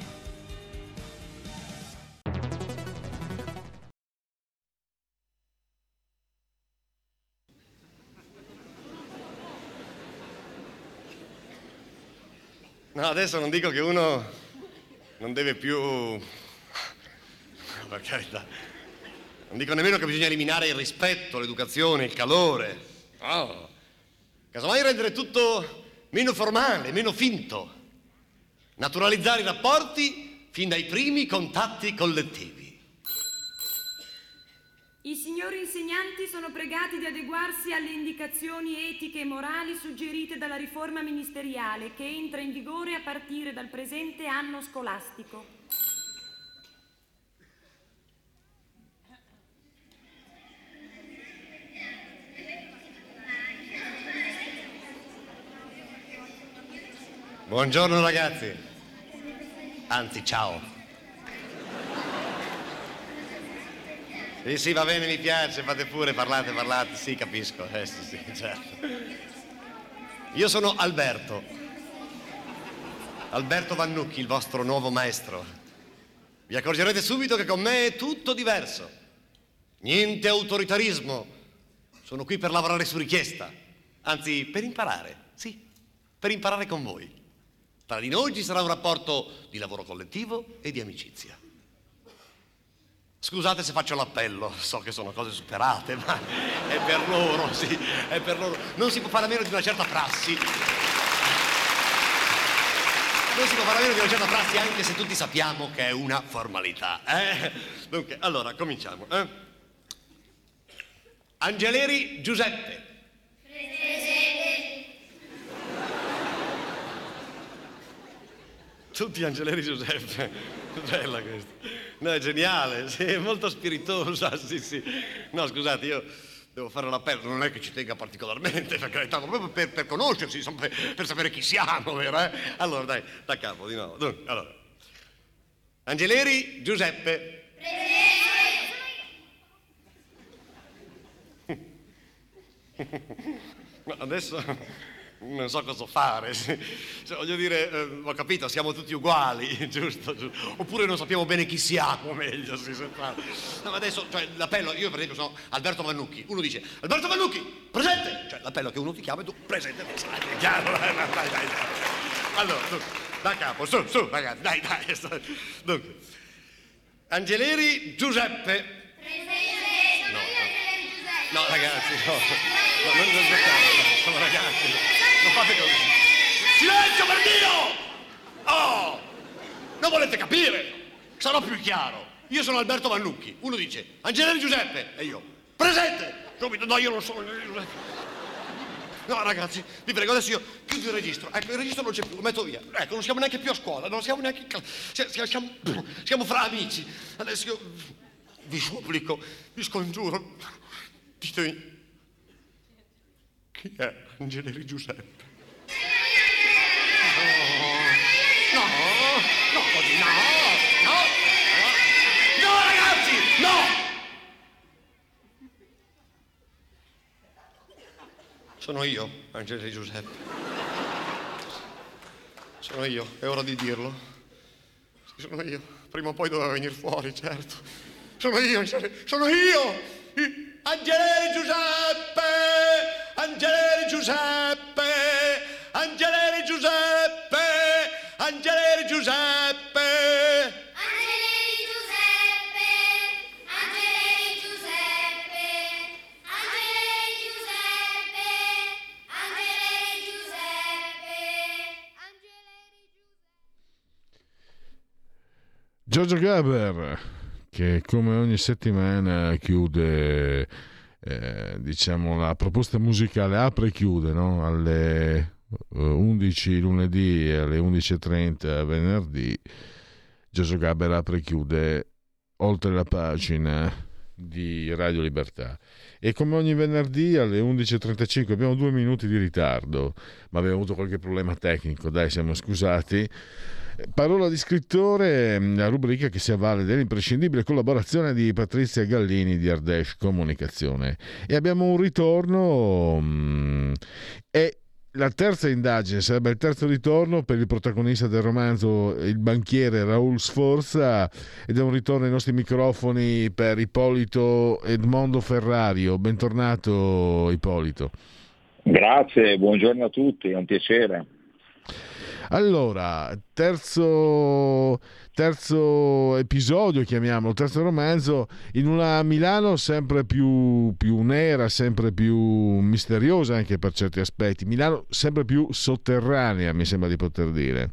No, adesso non dico che uno non deve più... Per carità. Non dico nemmeno che bisogna eliminare il rispetto, l'educazione, il calore. No. Casomai rendere tutto meno formale, meno finto. Naturalizzare i rapporti fin dai primi contatti collettivi. I signori insegnanti sono pregati di adeguarsi alle indicazioni etiche e morali suggerite dalla riforma ministeriale che entra in vigore a partire dal presente anno scolastico. Buongiorno ragazzi, anzi ciao. Sì, va bene, mi piace, fate pure, parlate, sì, capisco, sì, certo. Io sono Alberto Vannucchi, il vostro nuovo maestro. Vi accorgerete subito che con me è tutto diverso. Niente autoritarismo, sono qui per lavorare su richiesta, anzi per imparare, sì, per imparare con voi. Tra di noi ci sarà un rapporto di lavoro collettivo e di amicizia. Scusate se faccio l'appello, so che sono cose superate, ma è per loro, sì, è per loro. Non si può fare a meno di una certa prassi. Non si può fare a meno di una certa prassi, anche se tutti sappiamo che è una formalità. Dunque, allora, cominciamo. Angeleri Giuseppe. Tutti Angeleri Giuseppe, bella questa. No, è geniale, sì, è molto spiritosa, sì, sì. No, scusate, io devo fare l'appello, non è che ci tenga particolarmente, per carità, proprio per conoscersi, insomma, per sapere chi siamo, vero? Allora, dai, da capo, di nuovo. Dunque, allora. Angeleri Giuseppe. Ma adesso non so cosa fare, voglio dire, ho capito, siamo tutti uguali, giusto? Oppure non sappiamo bene chi siamo, meglio, si sa. No, ma adesso, cioè, l'appello, io per esempio sono Alberto Vannucchi, uno dice, Alberto Vannucchi, presente! Cioè, l'appello che uno ti chiama e tu, presente, è chiaro? Dai. Allora, da capo, su, ragazzi, dai. Dunque, Angeleri Giuseppe. No, ragazzi, no, non smettiamo, ragazzi, non fate così. Silenzio, per Dio! Oh! Non volete capire? Sarò più chiaro. Io sono Alberto Vannucchi, uno dice, Angeleri Giuseppe, e io, presente! Subito, no, io non sono Angeleri Giuseppe. No, ragazzi, vi prego, adesso io chiudo il registro. Ecco, il registro non c'è più, lo metto via. Ecco, non siamo neanche più a scuola, non siamo neanche... Siamo fra amici. Adesso io vi supplico, vi scongiuro... Ditemi, chi è Angeleri Giuseppe? No, così, no, ragazzi, no! Sono io, Angeleri Giuseppe. Sono io, è ora di dirlo. Sono io, prima o poi doveva venire fuori, certo. Sono io! Angeleri Giuseppe! Angeleri Giuseppe! Angeleri Giuseppe! Angeleri Giuseppe! Angeleri Giuseppe! Angeleri Giuseppe! Angeleri Giuseppe! Angeleri Giuseppe! Giorgio Gaber, che come ogni settimana chiude diciamo la proposta musicale, apre e chiude, no? Alle 11 lunedì e alle 11.30 venerdì. Giorgio Gaber apre e chiude Oltre la pagina di Radio Libertà, e come ogni venerdì alle 11.35 abbiamo 2 minuti di ritardo, ma abbiamo avuto qualche problema tecnico, dai, siamo scusati. Parola di scrittore, la rubrica che si avvale dell'imprescindibile collaborazione di Patrizia Gallini di Ardèche Comunicazione, e abbiamo un ritorno e la terza indagine sarebbe il terzo ritorno per il protagonista del romanzo, il banchiere Raul Sforza, ed è un ritorno ai nostri microfoni per Ippolito Edmondo Ferrario. Bentornato Ippolito. Grazie, buongiorno a tutti, è un piacere. Allora, terzo episodio, chiamiamolo, terzo romanzo, in una Milano sempre più nera, sempre più misteriosa anche per certi aspetti, Milano sempre più sotterranea, mi sembra di poter dire.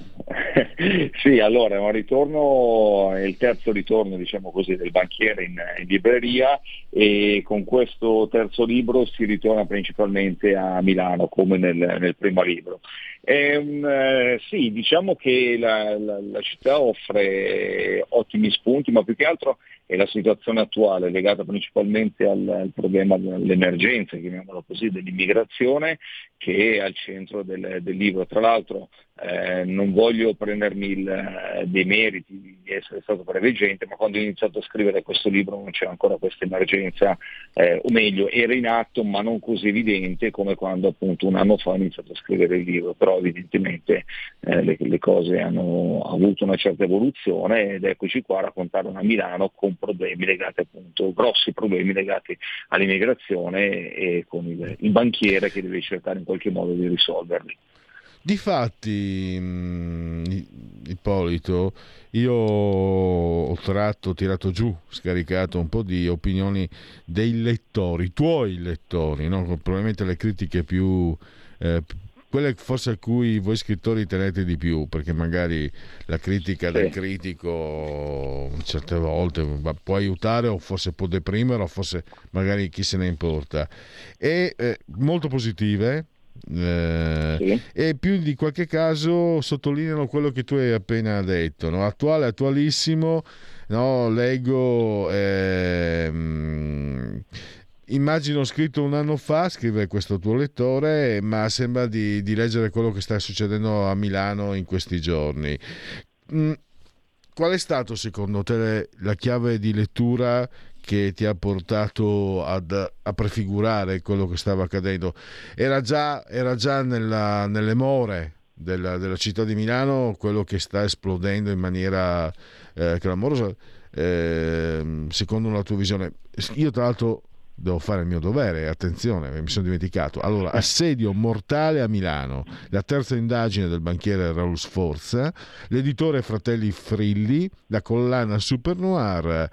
Sì, allora è un ritorno, è il terzo ritorno, diciamo così, del banchiere in libreria, e con questo terzo libro si ritorna principalmente a Milano come nel primo libro. Sì, diciamo che la città offre ottimi spunti, ma più che altro è la situazione attuale legata principalmente al problema dell'emergenza, chiamiamolo così, dell'immigrazione, che è al centro del libro. Tra l'altro non voglio prendermi dei meriti di essere stato preveggente, ma quando ho iniziato a scrivere questo libro non c'era ancora questa emergenza, o meglio era in atto ma non così evidente come quando appunto un anno fa ho iniziato a scrivere il libro, però evidentemente le cose hanno avuto una certa evoluzione, ed eccoci qua a raccontare una Milano con problemi legati appunto, grossi problemi legati all'immigrazione, e con il banchiere che deve cercare in qualche modo di risolverli. Difatti, Ippolito, io ho tirato giù, scaricato un po' di opinioni dei lettori, tuoi lettori, no? Probabilmente le critiche più quelle forse a cui voi scrittori tenete di più, perché magari la critica del critico certe volte può aiutare o forse può deprimere o forse magari chi se ne importa, e molto positive. E più di qualche caso sottolineano quello che tu hai appena detto, no? Attualissimo, no? Leggo immagino scritto un anno fa, scrive questo tuo lettore, ma sembra di leggere quello che sta succedendo a Milano in questi giorni. Qual è stato secondo te la chiave di lettura che ti ha portato a prefigurare quello che stava accadendo? Era già nelle more della città di Milano quello che sta esplodendo in maniera clamorosa, secondo la tua visione? Io tra l'altro devo fare il mio dovere, attenzione, mi sono dimenticato. Allora, assedio mortale a Milano, la terza indagine del banchiere Raul Sforza, l'editore Fratelli Frilli, la collana Super Noir,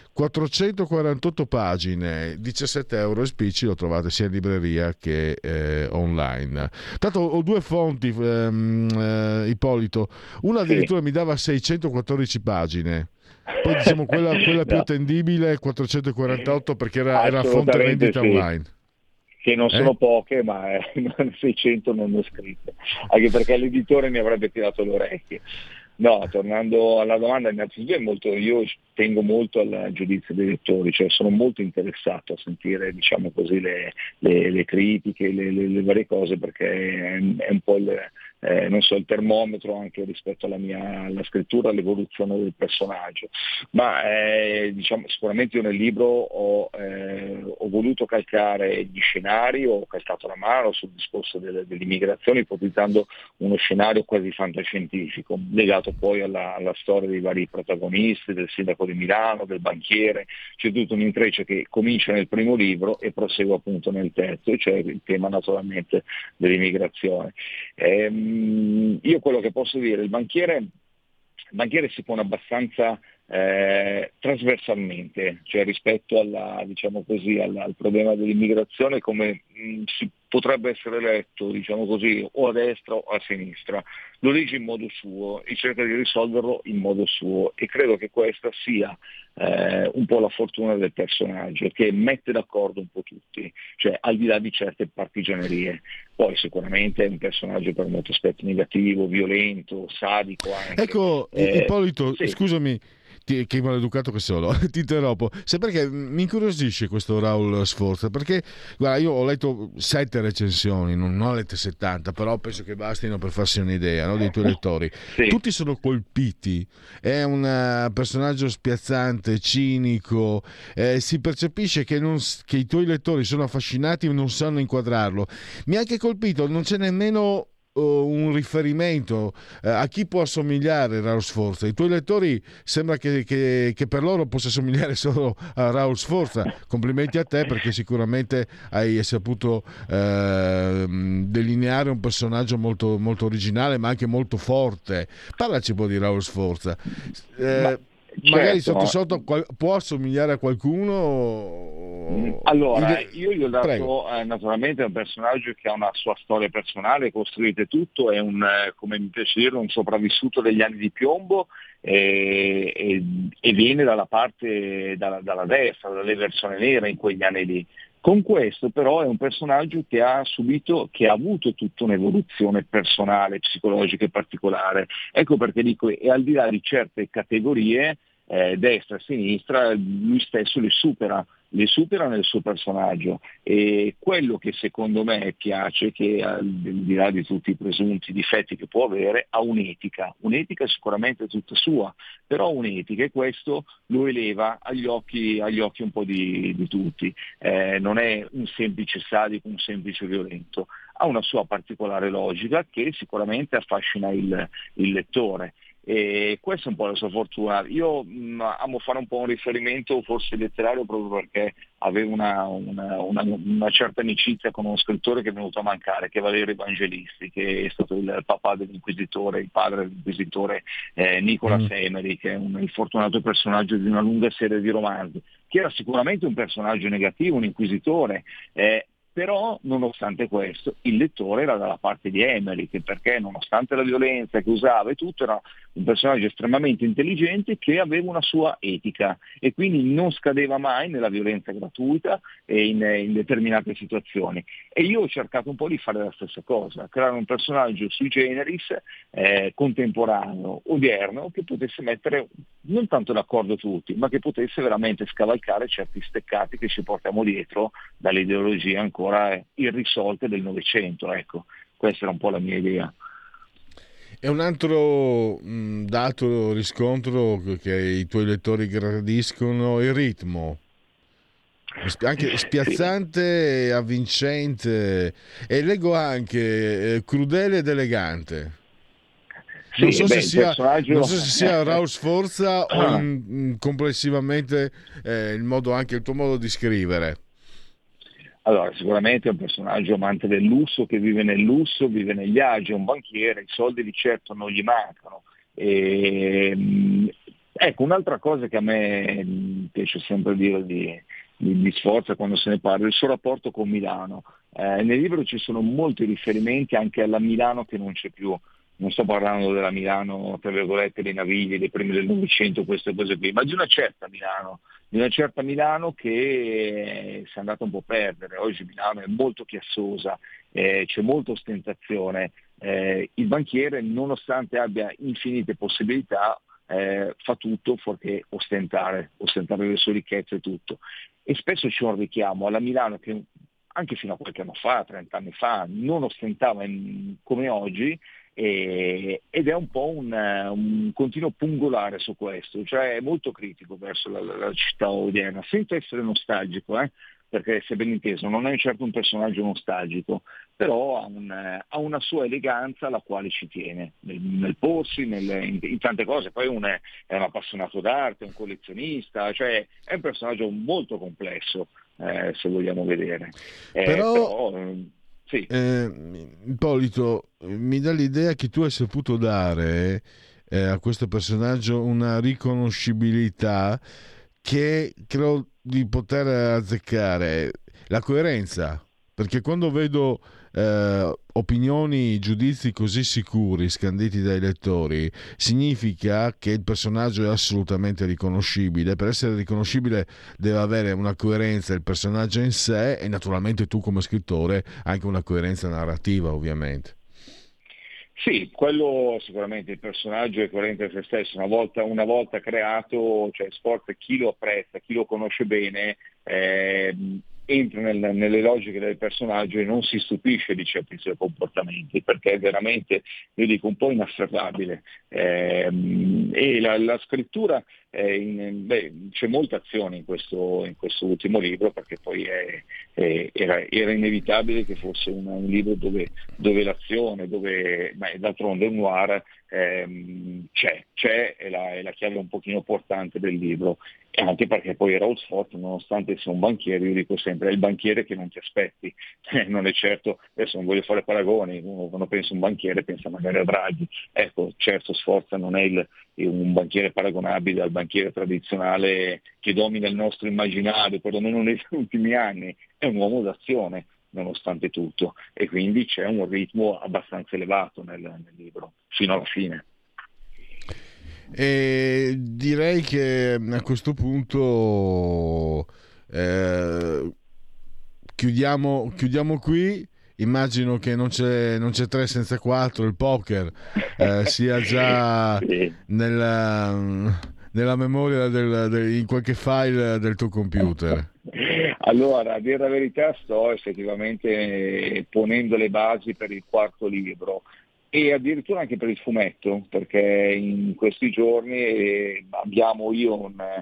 448 pagine, 17 euro e spicci, lo trovate sia in libreria che online. Tanto ho due fonti, Ippolito, una addirittura mi dava 614 pagine, poi diciamo quella più attendibile 448 perché era fonte vendita online. Che non sono poche, ma 600 non ne ho scritte, anche perché l'editore mi avrebbe tirato le orecchie. No, tornando alla domanda, innanzitutto io tengo molto al giudizio dei lettori, cioè sono molto interessato a sentire, diciamo così, le critiche, le varie cose, perché è un po' il termometro anche rispetto alla scrittura, all'evoluzione del personaggio. Ma diciamo, sicuramente io nel libro ho voluto calcare gli scenari, ho calcato la mano sul discorso dell'immigrazione, ipotizzando uno scenario quasi fantascientifico, legato poi alla storia dei vari protagonisti, del sindaco di Milano, del banchiere. C'è tutto un intreccio che comincia nel primo libro e prosegue appunto nel terzo, e cioè il tema naturalmente dell'immigrazione. Io quello che posso dire, il banchiere si pone abbastanza trasversalmente, cioè rispetto diciamo così, al problema dell'immigrazione, come si potrebbe essere letto, diciamo così, o a destra o a sinistra. Lo legge in modo suo e cerca di risolverlo in modo suo, e credo che questa sia un po' la fortuna del personaggio, che mette d'accordo un po' tutti, cioè al di là di certe partigianerie. Poi sicuramente è un personaggio per molti aspetti negativo, violento, sadico anche. Ecco, Ippolito, sì. Scusami, che maleducato che sono, ti interrompo. Sai perché mi incuriosisce questo Raul Sforza? Perché guarda, io ho letto 7 recensioni, non ho lette 70, però penso che bastino per farsi un'idea, no, dei tuoi lettori. Sì. Tutti sono colpiti, è un personaggio spiazzante, cinico, si percepisce che i tuoi lettori sono affascinati e non sanno inquadrarlo. Mi ha anche colpito, non c'è nemmeno un riferimento a chi può assomigliare Raul Sforza. I tuoi lettori sembra che per loro possa assomigliare solo a Raul Sforza. Complimenti a te, perché sicuramente hai saputo delineare un personaggio molto, molto originale, ma anche molto forte. Parlaci un po' di Raul Sforza. Magari sotto può assomigliare a qualcuno? Allora, io gli ho dato naturalmente è un personaggio che ha una sua storia personale, costruita e tutto, è come mi piace dire, un sopravvissuto degli anni di piombo, e viene dalla parte, dalla destra, dall'eversione nera in quegli anni lì. Con questo però è un personaggio che ha avuto tutta un'evoluzione personale, psicologica e particolare. Ecco perché dico, e al di là di certe categorie, destra e sinistra, lui stesso le supera nel suo personaggio, e quello che secondo me piace, che al di là di tutti i presunti difetti che può avere, ha un'etica sicuramente tutta sua, però un'etica, e questo lo eleva agli occhi un po' di tutti. Non è un semplice sadico, un semplice violento, ha una sua particolare logica che sicuramente affascina il lettore. e questa è un po' la sua fortuna. Io amo fare un po' un riferimento forse letterario proprio perché avevo una certa amicizia con uno scrittore che è venuto a mancare, che è Valerio Evangelisti, che è stato il papà dell'inquisitore, il padre dell'inquisitore Nicolas Emery, che è un infortunato personaggio di una lunga serie di romanzi, che era sicuramente un personaggio negativo, un inquisitore, però nonostante questo il lettore era dalla parte di Emery, perché nonostante la violenza che usava e tutto era un personaggio estremamente intelligente che aveva una sua etica e quindi non scadeva mai nella violenza gratuita e in determinate situazioni. E io ho cercato un po' di fare la stessa cosa, creare un personaggio sui generis contemporaneo, odierno, che potesse mettere non tanto d'accordo tutti, ma che potesse veramente scavalcare certi steccati che ci portiamo dietro dalle ideologie ancora irrisolte del Novecento. Ecco, questa era un po' la mia idea. E un altro dato riscontro che i tuoi lettori gradiscono è il ritmo, anche spiazzante, avvincente, e leggo anche crudele ed elegante. Non so se sia Raul Sforza o complessivamente il tuo modo di scrivere. Allora, sicuramente è un personaggio amante del lusso, che vive nel lusso, vive negli agi, è un banchiere, i soldi di certo non gli mancano. Ecco, un'altra cosa che a me piace sempre dire di Sforza quando se ne parla, è il suo rapporto con Milano. Nel libro ci sono molti riferimenti anche alla Milano che non c'è più. Non sto parlando della Milano, tra virgolette, dei Navigli, dei primi del Novecento, queste cose qui, ma di una certa Milano che si è andata un po' a perdere. Oggi Milano è molto chiassosa, c'è molta ostentazione, il banchiere, nonostante abbia infinite possibilità, fa tutto fuorché ostentare le sue ricchezze e tutto. E spesso c'è un richiamo alla Milano che anche fino a qualche anno fa, 30 anni fa, non ostentava come oggi, ed è un po' un continuo pungolare su questo, cioè è molto critico verso la città odierna, senza essere nostalgico, perché se ben inteso non è certo un personaggio nostalgico, però ha una sua eleganza alla quale ci tiene, nel porsi, in tante cose. Poi è un appassionato d'arte, un collezionista, cioè è un personaggio molto complesso, se vogliamo vedere. Però sì. Ippolito, mi dà l'idea che tu hai saputo dare a questo personaggio una riconoscibilità che credo di poter azzeccare, la coerenza, perché quando vedo opinioni, giudizi così sicuri scanditi dai lettori, significa che il personaggio è assolutamente riconoscibile. Per essere riconoscibile deve avere una coerenza il personaggio in sé e naturalmente tu come scrittore anche una coerenza narrativa, ovviamente. Sì, quello sicuramente, il personaggio è coerente a se stesso, una volta creato, cioè Sforza, chi lo apprezza, chi lo conosce bene, entra nelle logiche del personaggio e non si stupisce di certi suoi comportamenti, perché è veramente, io dico, un po' inafferrabile. E la scrittura, c'è molta azione in questo ultimo libro, perché poi era inevitabile che fosse un libro dove l'azione, d'altronde un noir c'è è la chiave un pochino portante del libro, e anche perché poi Raul Sforza, nonostante sia un banchiere, io dico sempre, è il banchiere che non ti aspetti, non è certo, adesso non voglio fare paragoni, uno quando pensa a un banchiere pensa magari a Draghi, ecco, certo Sforza non è un banchiere paragonabile al banchiere tradizionale che domina il nostro immaginario, perlomeno negli ultimi anni, è un uomo d'azione nonostante tutto, e quindi c'è un ritmo abbastanza elevato nel libro fino alla fine. E direi che a questo punto chiudiamo qui. Immagino che non c'è 3 senza 4, il poker sia già nella memoria in qualche file del tuo computer. Allora, a dire la verità, sto effettivamente ponendo le basi per il 4º libro e addirittura anche per il fumetto, perché in questi giorni abbiamo io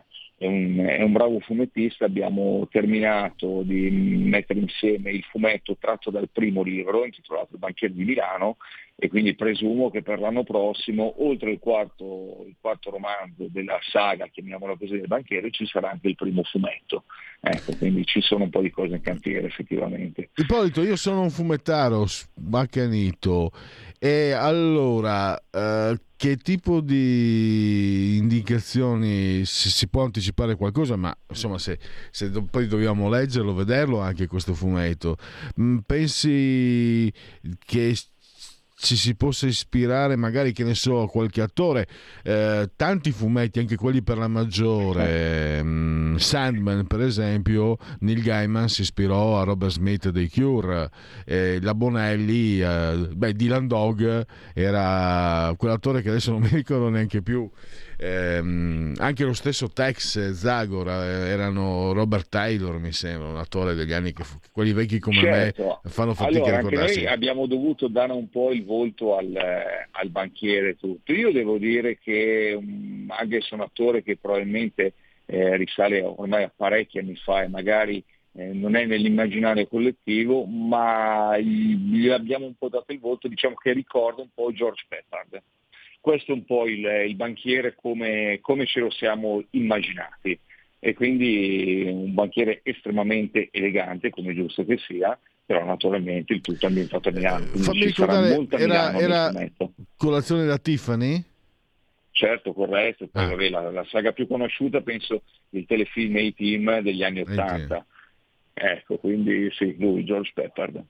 è un bravo fumettista. Abbiamo terminato di mettere insieme il fumetto tratto dal primo libro intitolato Il banchiere di Milano, e quindi presumo che per l'anno prossimo, oltre il quarto romanzo della saga, chiamiamola così, del banchiere, ci sarà anche il primo fumetto. Ecco, quindi ci sono un po' di cose in cantiere effettivamente. Ippolito, io sono un fumettaro accanito, e allora che tipo di indicazioni si può anticipare qualcosa? Ma insomma, se poi dobbiamo leggerlo, vederlo anche questo fumetto, pensi che ci si possa ispirare magari, che ne so, qualche attore? Tanti fumetti, anche quelli per la maggiore, Sandman per esempio, Neil Gaiman si ispirò a Robert Smith dei Cure, la Bonelli, Dylan Dog era quell'attore che adesso non mi ricordo neanche più, anche lo stesso Tex Zagor erano Robert Taylor, mi sembra, un attore degli anni che quelli vecchi come me fanno fatica a ricordarsi. Anche noi abbiamo dovuto dare un po' il volto al banchiere tutto. Io devo dire che anche se un attore che probabilmente risale ormai a parecchi anni fa e magari non è nell'immaginario collettivo, ma gli abbiamo un po' dato il volto, diciamo che ricorda un po' George Peppard. Questo è un po' il banchiere come ce lo siamo immaginati, e quindi un banchiere estremamente elegante, come giusto che sia, però naturalmente il tutto ambientato a Milano. Fammi ricordare, era Colazione da Tiffany? Certo, corretto. Poi, la saga più conosciuta, penso, il telefilm A-Team degli anni '80. Ecco, quindi sì, lui, George Peppard.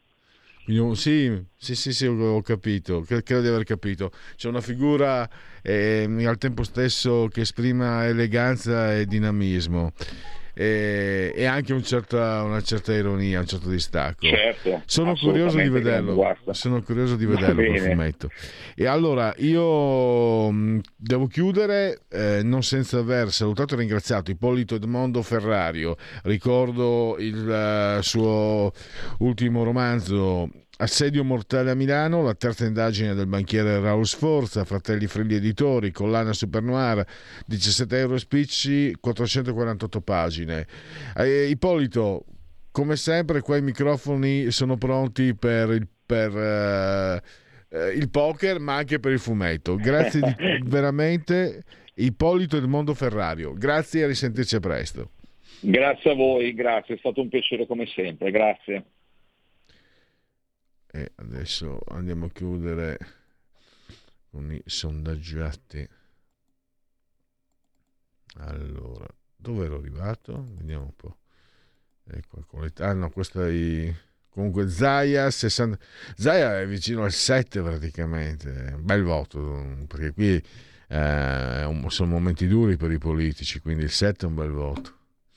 Sì, ho capito, credo di aver capito. C'è una figura al tempo stesso che esprima eleganza e dinamismo, e anche una certa ironia, un certo distacco. Certo, sono curioso di vederlo quel fumetto. E allora io devo chiudere non senza aver salutato e ringraziato Ippolito Edmondo Ferrario. Ricordo il suo ultimo romanzo Assedio mortale a Milano, la terza indagine del banchiere Raul Sforza, Fratelli Frilli Editori, collana Super Noir, 17 euro spicci, 448 pagine. Ippolito, come sempre qua i microfoni sono pronti per il poker, ma anche per il fumetto. Grazie veramente, Ippolito Edmondo Ferrario. Grazie e a risentirci presto. Grazie a voi, grazie, è stato un piacere come sempre, grazie. E adesso andiamo a chiudere con i sondaggiati. Allora, dove ero arrivato? Vediamo un po'. Ecco, questa è comunque Zaia 60. Zaia è vicino al 7 praticamente, un bel voto, perché qui sono momenti duri per i politici, quindi il 7 è un bel voto.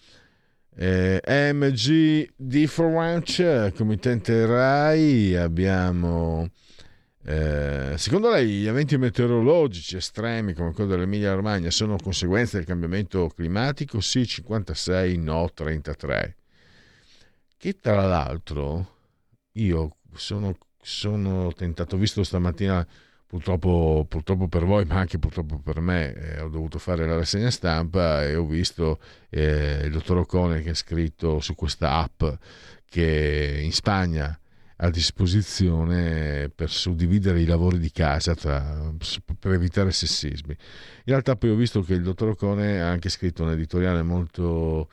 MG Difference, committente Rai, abbiamo secondo lei gli eventi meteorologici estremi come quello dell'Emilia Romagna sono conseguenza del cambiamento climatico? Sì, 56, no 33. Che tra l'altro io sono tentato, visto stamattina purtroppo per voi, ma anche purtroppo per me, ho dovuto fare la rassegna stampa e ho visto il dottor Ocone che ha scritto su questa app che in Spagna ha a disposizione per suddividere i lavori di casa per evitare sessismi. In realtà poi ho visto che il dottor Ocone ha anche scritto un editoriale molto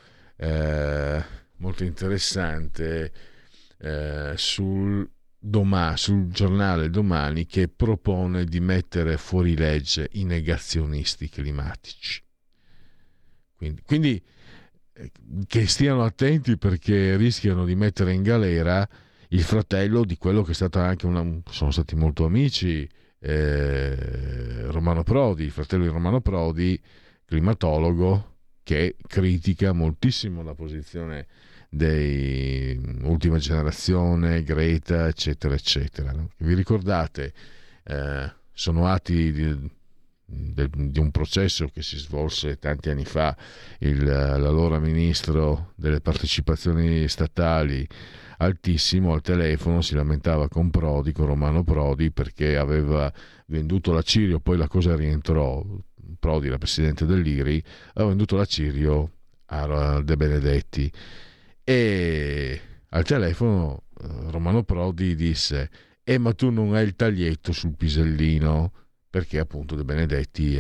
interessante sul giornale Domani, che propone di mettere fuori legge i negazionisti climatici. Quindi che stiano attenti, perché rischiano di mettere in galera il fratello di quello che è stato anche sono stati molto amici, Romano Prodi, il fratello di Romano Prodi, climatologo, che critica moltissimo la posizione dei ultima generazione, Greta, eccetera eccetera. Vi ricordate, sono atti di un processo che si svolse tanti anni fa. L'allora ministro delle partecipazioni statali Altissimo al telefono si lamentava con Romano Prodi, perché aveva venduto la Cirio, poi la cosa rientrò Prodi era presidente dell'IRI, aveva venduto la Cirio a De Benedetti, e al telefono Romano Prodi disse: ma tu non hai il taglietto sul pisellino, perché appunto De Benedetti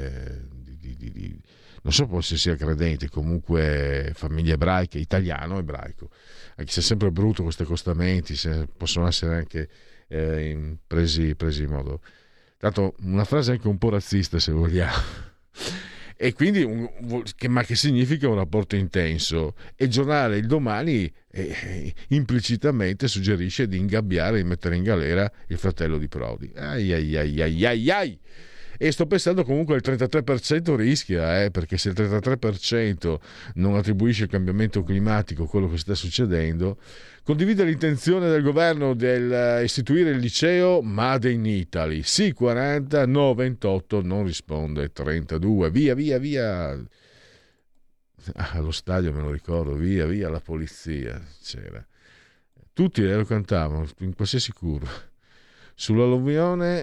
non so se sia credente, comunque famiglia ebraica, italiano ebraico, anche se è sempre brutto questi accostamenti, possono essere anche presi in modo, tanto una frase anche un po' razzista se vogliamo, e quindi ma che significa un rapporto intenso, e il giornale Il Domani implicitamente suggerisce di ingabbiare, di mettere in galera il fratello di Prodi. Ai. E sto pensando comunque al 33% rischia, perché se il 33% non attribuisce il cambiamento climatico quello che sta succedendo, condivide l'intenzione del governo del istituire il liceo Made in Italy, sì 40, no 28, non risponde 32, via. Allo stadio me lo ricordo, via la polizia, c'era, tutti lo cantavano in qualsiasi curva. Sull'alluvione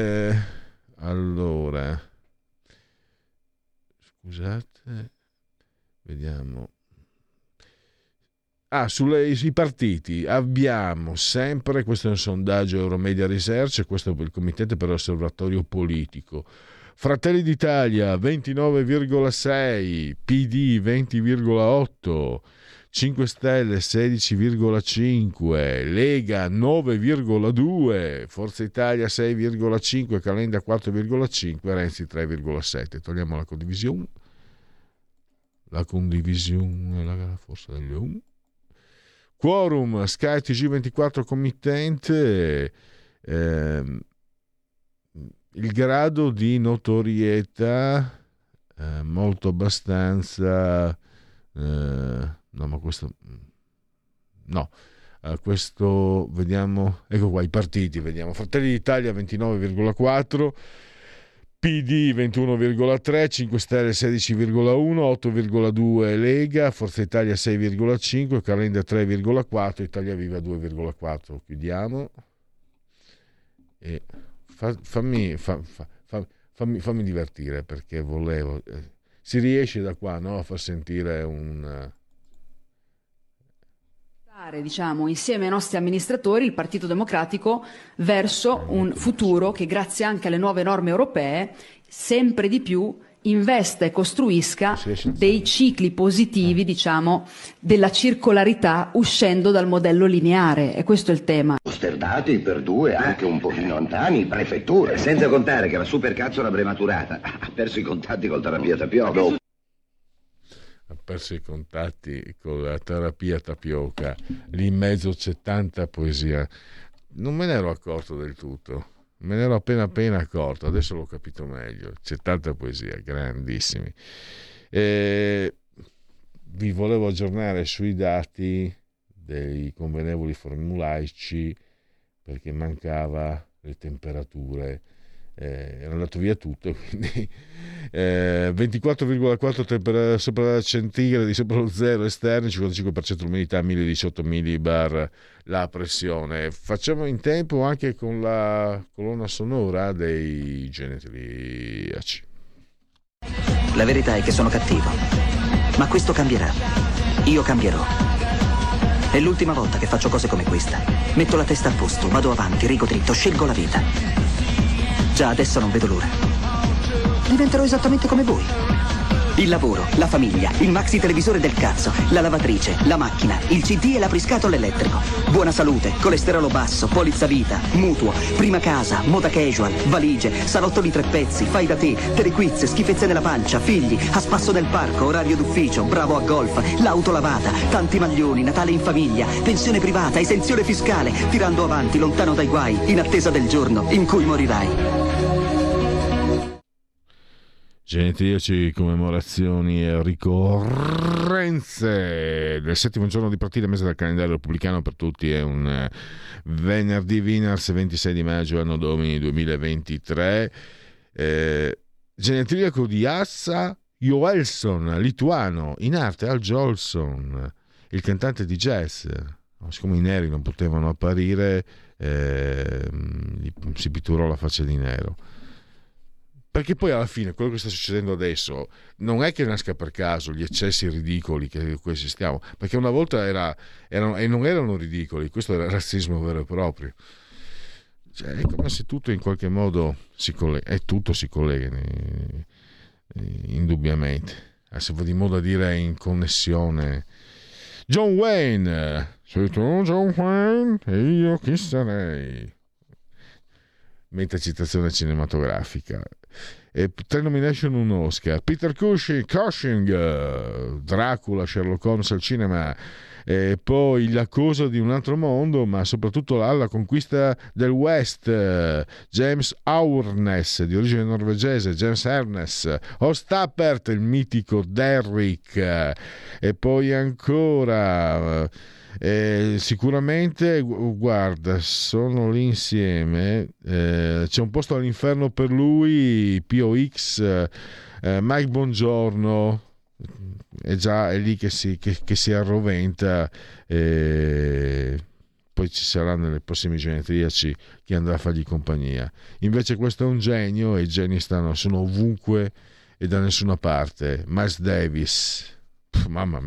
allora, scusate, vediamo. Sui partiti abbiamo sempre, questo è un sondaggio Euromedia Research, questo è il Comitato per l'Osservatorio Politico. Fratelli d'Italia 29,6, PD 20,8, 5 Stelle 16,5, Lega 9,2, Forza Italia 6,5, Calenda 4,5, Renzi 3,7. Togliamo la condivisione. La forza degli quorum Sky TG24 committente, il grado di notorietà molto abbastanza questo vediamo, ecco qua i partiti, vediamo Fratelli d'Italia 29,4, PD 21,3, 5 Stelle 16,1, 8,2 Lega, Forza Italia 6,5, Calenda 3,4, Italia Viva 2,4. Chiudiamo e fammi divertire, perché volevo si riesce da qua, no, a far sentire diciamo insieme ai nostri amministratori il Partito Democratico verso un futuro che, grazie anche alle nuove norme europee, sempre di più investa e costruisca dei cicli positivi, diciamo, della circolarità, uscendo dal modello lineare, e questo è il tema. Osterdati per due, anche un pochino lontani, prefetture. Senza contare che la supercazzola prematurata ha perso i contatti col terapia tapioca. Ha perso i contatti con la terapia tapioca. Lì in mezzo c'è tanta poesia. Non me ne ero accorto del tutto. Me ne ero appena accorto, adesso l'ho capito meglio. C'è tanta poesia, grandissimi. Vi volevo aggiornare sui dati dei convenevoli formulaici, perché mancava le temperature. Era andato via tutto, quindi 24,4 sopra centigradi, sopra lo zero esterni, 55% umidità, 1018 millibar la pressione. Facciamo in tempo anche con la colonna sonora dei genetriaci. La verità è che sono cattivo, ma questo cambierà. Io cambierò. È l'ultima volta che faccio cose come questa. Metto la testa a posto, vado avanti, rigo dritto, scelgo la vita. Già adesso non vedo l'ora. Diventerò esattamente come voi. Il lavoro, la famiglia, il maxi televisore del cazzo, la lavatrice, la macchina, il CD e l'apriscatole elettrico. Buona salute, colesterolo basso, polizza vita, mutuo, prima casa, moda casual, valigie, salottoli 3 pezzi, fai da te, telequiz, schifezze nella pancia, figli, a spasso nel parco, orario d'ufficio, bravo a golf, l'auto lavata, tanti maglioni, Natale in famiglia, pensione privata, esenzione fiscale, tirando avanti, lontano dai guai, in attesa del giorno in cui morirai. Genetriaci, commemorazioni e ricorrenze del 7° giorno di partita, mese del calendario repubblicano per tutti. È un venerdì Vinars 26 di maggio anno domini 2023. Genetriaco di Assa Joelsson, lituano, in arte Al Jolson, il cantante di jazz. Siccome i neri non potevano apparire, si pitturò la faccia di nero. Perché poi alla fine quello che sta succedendo adesso non è che nasca per caso gli eccessi ridicoli che qui assistiamo, perché una volta erano e non erano ridicoli, questo era razzismo vero e proprio. Cioè, è come se tutto in qualche modo si collega indubbiamente. Se va di moda dire in connessione. John Wayne, sei tu John Wayne e io chi sarei? Meta citazione cinematografica. E 3 nomination, un Oscar. Peter Cushing, Dracula, Sherlock Holmes al cinema, e poi La cosa di un altro mondo, ma soprattutto La conquista del West, James Awareness, di origine norvegese, James Ernest, Tappert, il mitico Derrick, e poi ancora sicuramente, guarda, sono lì insieme, c'è un posto all'inferno per lui, POX, Mike Bongiorno, è lì che si arroventa, poi ci sarà nelle prossime genetriaci chi andrà a fargli compagnia. Invece questo è un genio e i geni sono ovunque e da nessuna parte. Miles Davis, mamma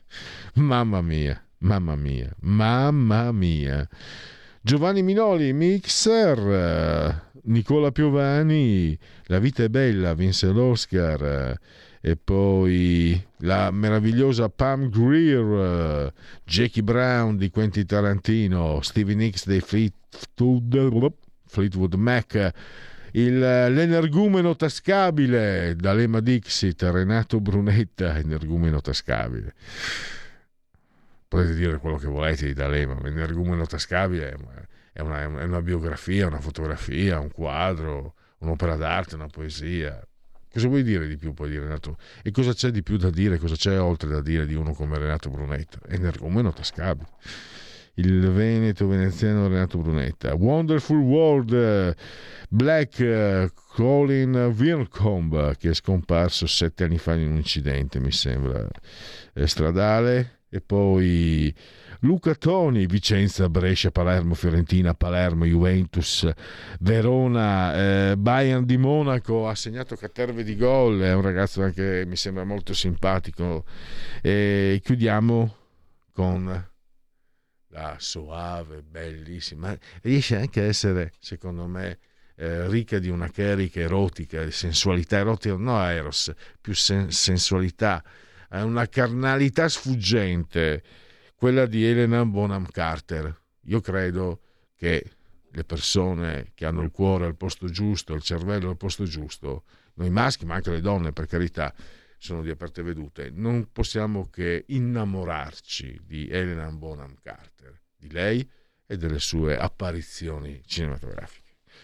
mia. Giovanni Minoli, Mixer, Nicola Piovani, La vita è bella, vinse l'Oscar, e poi la meravigliosa Pam Grier, Jackie Brown di Quentin Tarantino, Stevie Nicks dei Fleetwood Mac, l'energumeno tascabile D'Alema Dixit, Renato Brunetta, energumeno tascabile. Potete dire quello che volete di D'Alema, ma l'energumeno tascabile è una biografia, una fotografia, un quadro, un'opera d'arte, una poesia. Cosa vuoi dire di più, puoi dire, Renato? E cosa c'è di più da dire? Cosa c'è oltre da dire di uno come Renato Brunetta? Energumeno tascabile. Il veneto veneziano Renato Brunetta. Wonderful World, Black, Colin Wilcombe, che è scomparso 7 anni fa in un incidente, mi sembra, stradale. E poi Luca Toni, Vicenza, Brescia, Palermo, Fiorentina, Palermo, Juventus, Verona, Bayern di Monaco, ha segnato caterve di gol, è un ragazzo anche mi sembra molto simpatico. E chiudiamo con la soave, bellissima, riesce anche a essere, secondo me, ricca di una carica erotica, di sensualità erotica, no eros, più sensualità, una carnalità sfuggente, quella di Helena Bonham Carter. Io credo che le persone che hanno il cuore al posto giusto, il cervello al posto giusto, noi maschi, ma anche le donne, per carità, sono di aperte vedute, non possiamo che innamorarci di Helena Bonham Carter, di lei e delle sue apparizioni cinematografiche.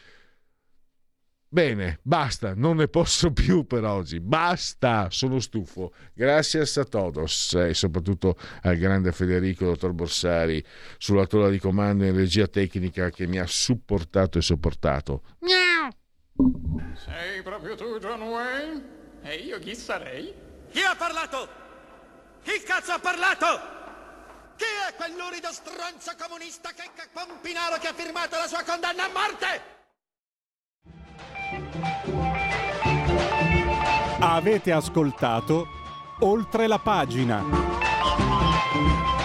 Bene, basta, non ne posso più per oggi, basta, sono stufo. Grazie a todos e soprattutto al grande Federico, dottor Borsari, sulla tolla di comando in regia tecnica, che mi ha supportato e sopportato. Miau! Sei proprio tu, John Wayne? E io chi sarei? Chi ha parlato? Chi cazzo ha parlato? Chi è quell'urido stronzo comunista che Pompinaro che ha firmato la sua condanna a morte? Avete ascoltato Oltre la pagina.